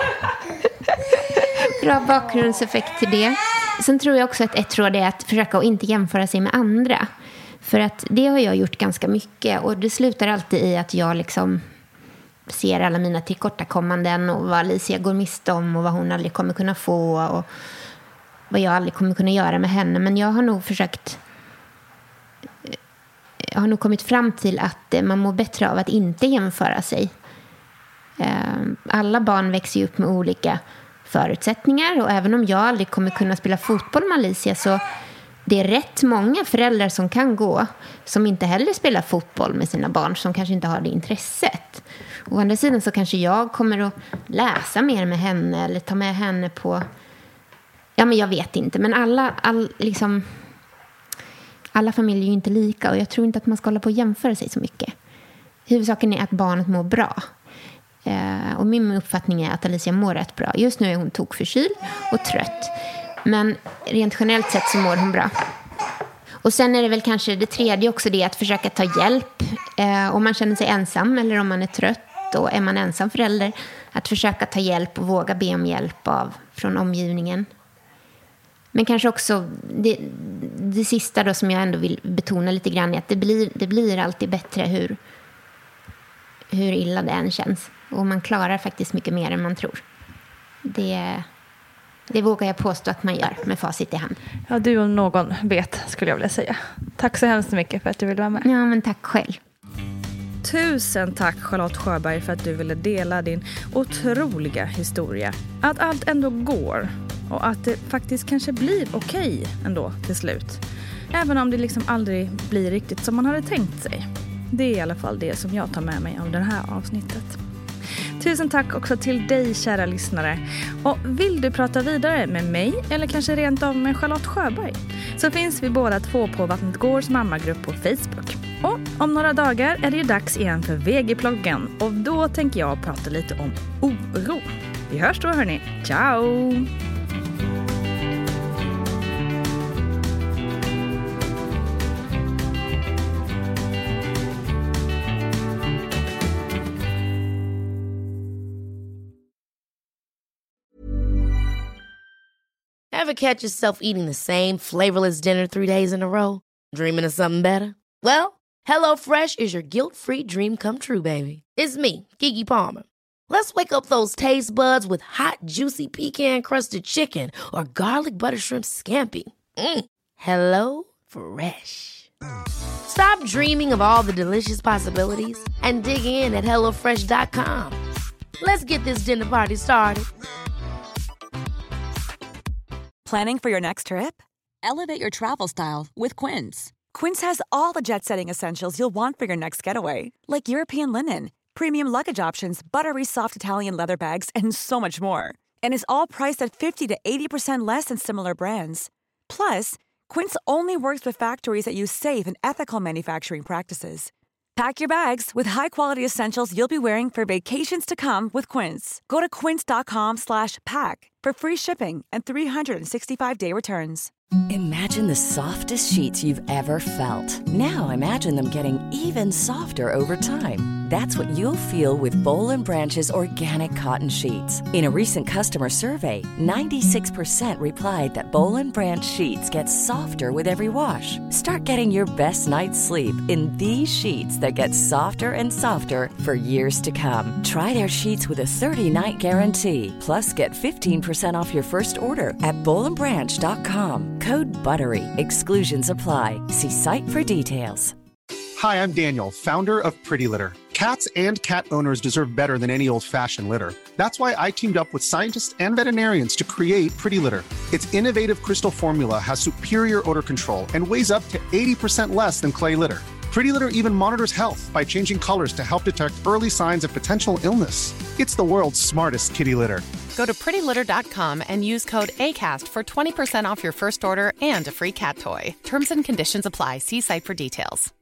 Bra bakgrundseffekt till det. Sen tror jag också att ett råd är att försöka att inte jämföra sig med andra. För att det har jag gjort ganska mycket. Och det slutar alltid i att jag liksom ser alla mina tillkortakommanden och vad Alicia går miste om och vad hon aldrig kommer kunna få och vad jag aldrig kommer kunna göra med henne. Men jag har nog kommit fram till att man mår bättre av att inte jämföra sig. Alla barn växer ju upp med olika förutsättningar, och även om jag aldrig kommer kunna spela fotboll med Alicia, så det är rätt många föräldrar som kan gå som inte heller spelar fotboll med sina barn, som kanske inte har det intresset. Å andra sidan så kanske jag kommer att läsa mer med henne eller ta med henne på, ja men jag vet inte, men alla familjer är ju inte lika, och jag tror inte att man ska hålla på och jämföra sig så mycket. Huvudsaken är att barnet mår bra. Och min uppfattning är att Alicia mår rätt bra. Just nu är hon tokförkyld och trött, men rent generellt sett så mår hon bra. Och sen är det väl kanske det tredje också, det att försöka ta hjälp om man känner sig ensam eller om man är trött, och är man ensam förälder, att försöka ta hjälp och våga be om hjälp från omgivningen. Men kanske också det sista då som jag ändå vill betona lite grann är att det blir alltid bättre hur illa det än känns. Och man klarar faktiskt mycket mer än man tror. Det vågar jag påstå att man gör med facit i hand. Ja, du om någon vet, skulle jag vilja säga. Tack så hemskt mycket för att du ville vara med. Ja, men tack själv. Tusen tack Charlotte Sjöberg för att du ville dela din otroliga historia. Att allt ändå går och att det faktiskt kanske blir okej ändå till slut. Även om det liksom aldrig blir riktigt som man hade tänkt sig. Det är i alla fall det som jag tar med mig av det här avsnittet. Tusen tack också till dig, kära lyssnare. Och vill du prata vidare med mig eller kanske rent av med Charlotte Sjöberg, så finns vi båda två på Vattnet Gårds mammagrupp på Facebook. Och om några dagar är det ju dags igen för VG-ploggen, och då tänker jag prata lite om oro. Vi hörs då, hörni. Ciao! Ever catch yourself eating the same flavorless dinner 3 days in a row? Dreaming of something better? Well, HelloFresh is your guilt-free dream come true, baby. It's me, Keke Palmer. Let's wake up those taste buds with hot, juicy pecan-crusted chicken or garlic butter shrimp scampi. Hello Fresh. Stop dreaming of all the delicious possibilities and dig in at HelloFresh.com. Let's get this dinner party started. Planning for your next trip? Elevate your travel style with Quince. Quince has all the jet-setting essentials you'll want for your next getaway, like European linen, premium luggage options, buttery soft Italian leather bags, and so much more. And is all priced at 50 to 80% less than similar brands. Plus, Quince only works with factories that use safe and ethical manufacturing practices. Pack your bags with high-quality essentials you'll be wearing for vacations to come with Quince. Go to quince.com/pack for free shipping and 365-day returns. Imagine the softest sheets you've ever felt. Now imagine them getting even softer over time. That's what you'll feel with Boll & Branch's organic cotton sheets. In a recent customer survey, 96% replied that Boll & Branch sheets get softer with every wash. Start getting your best night's sleep in these sheets that get softer and softer for years to come. Try their sheets with a 30-night guarantee. Plus, get 15% off your first order at bollandbranch.com. Code BUTTERY. Exclusions apply. See site for details. Hi, I'm Daniel, founder of Pretty Litter. Cats and cat owners deserve better than any old-fashioned litter. That's why I teamed up with scientists and veterinarians to create Pretty Litter. Its innovative crystal formula has superior odor control and weighs up to 80% less than clay litter. Pretty Litter even monitors health by changing colors to help detect early signs of potential illness. It's the world's smartest kitty litter. Go to prettylitter.com and use code ACAST for 20% off your first order and a free cat toy. Terms and conditions apply. See site for details.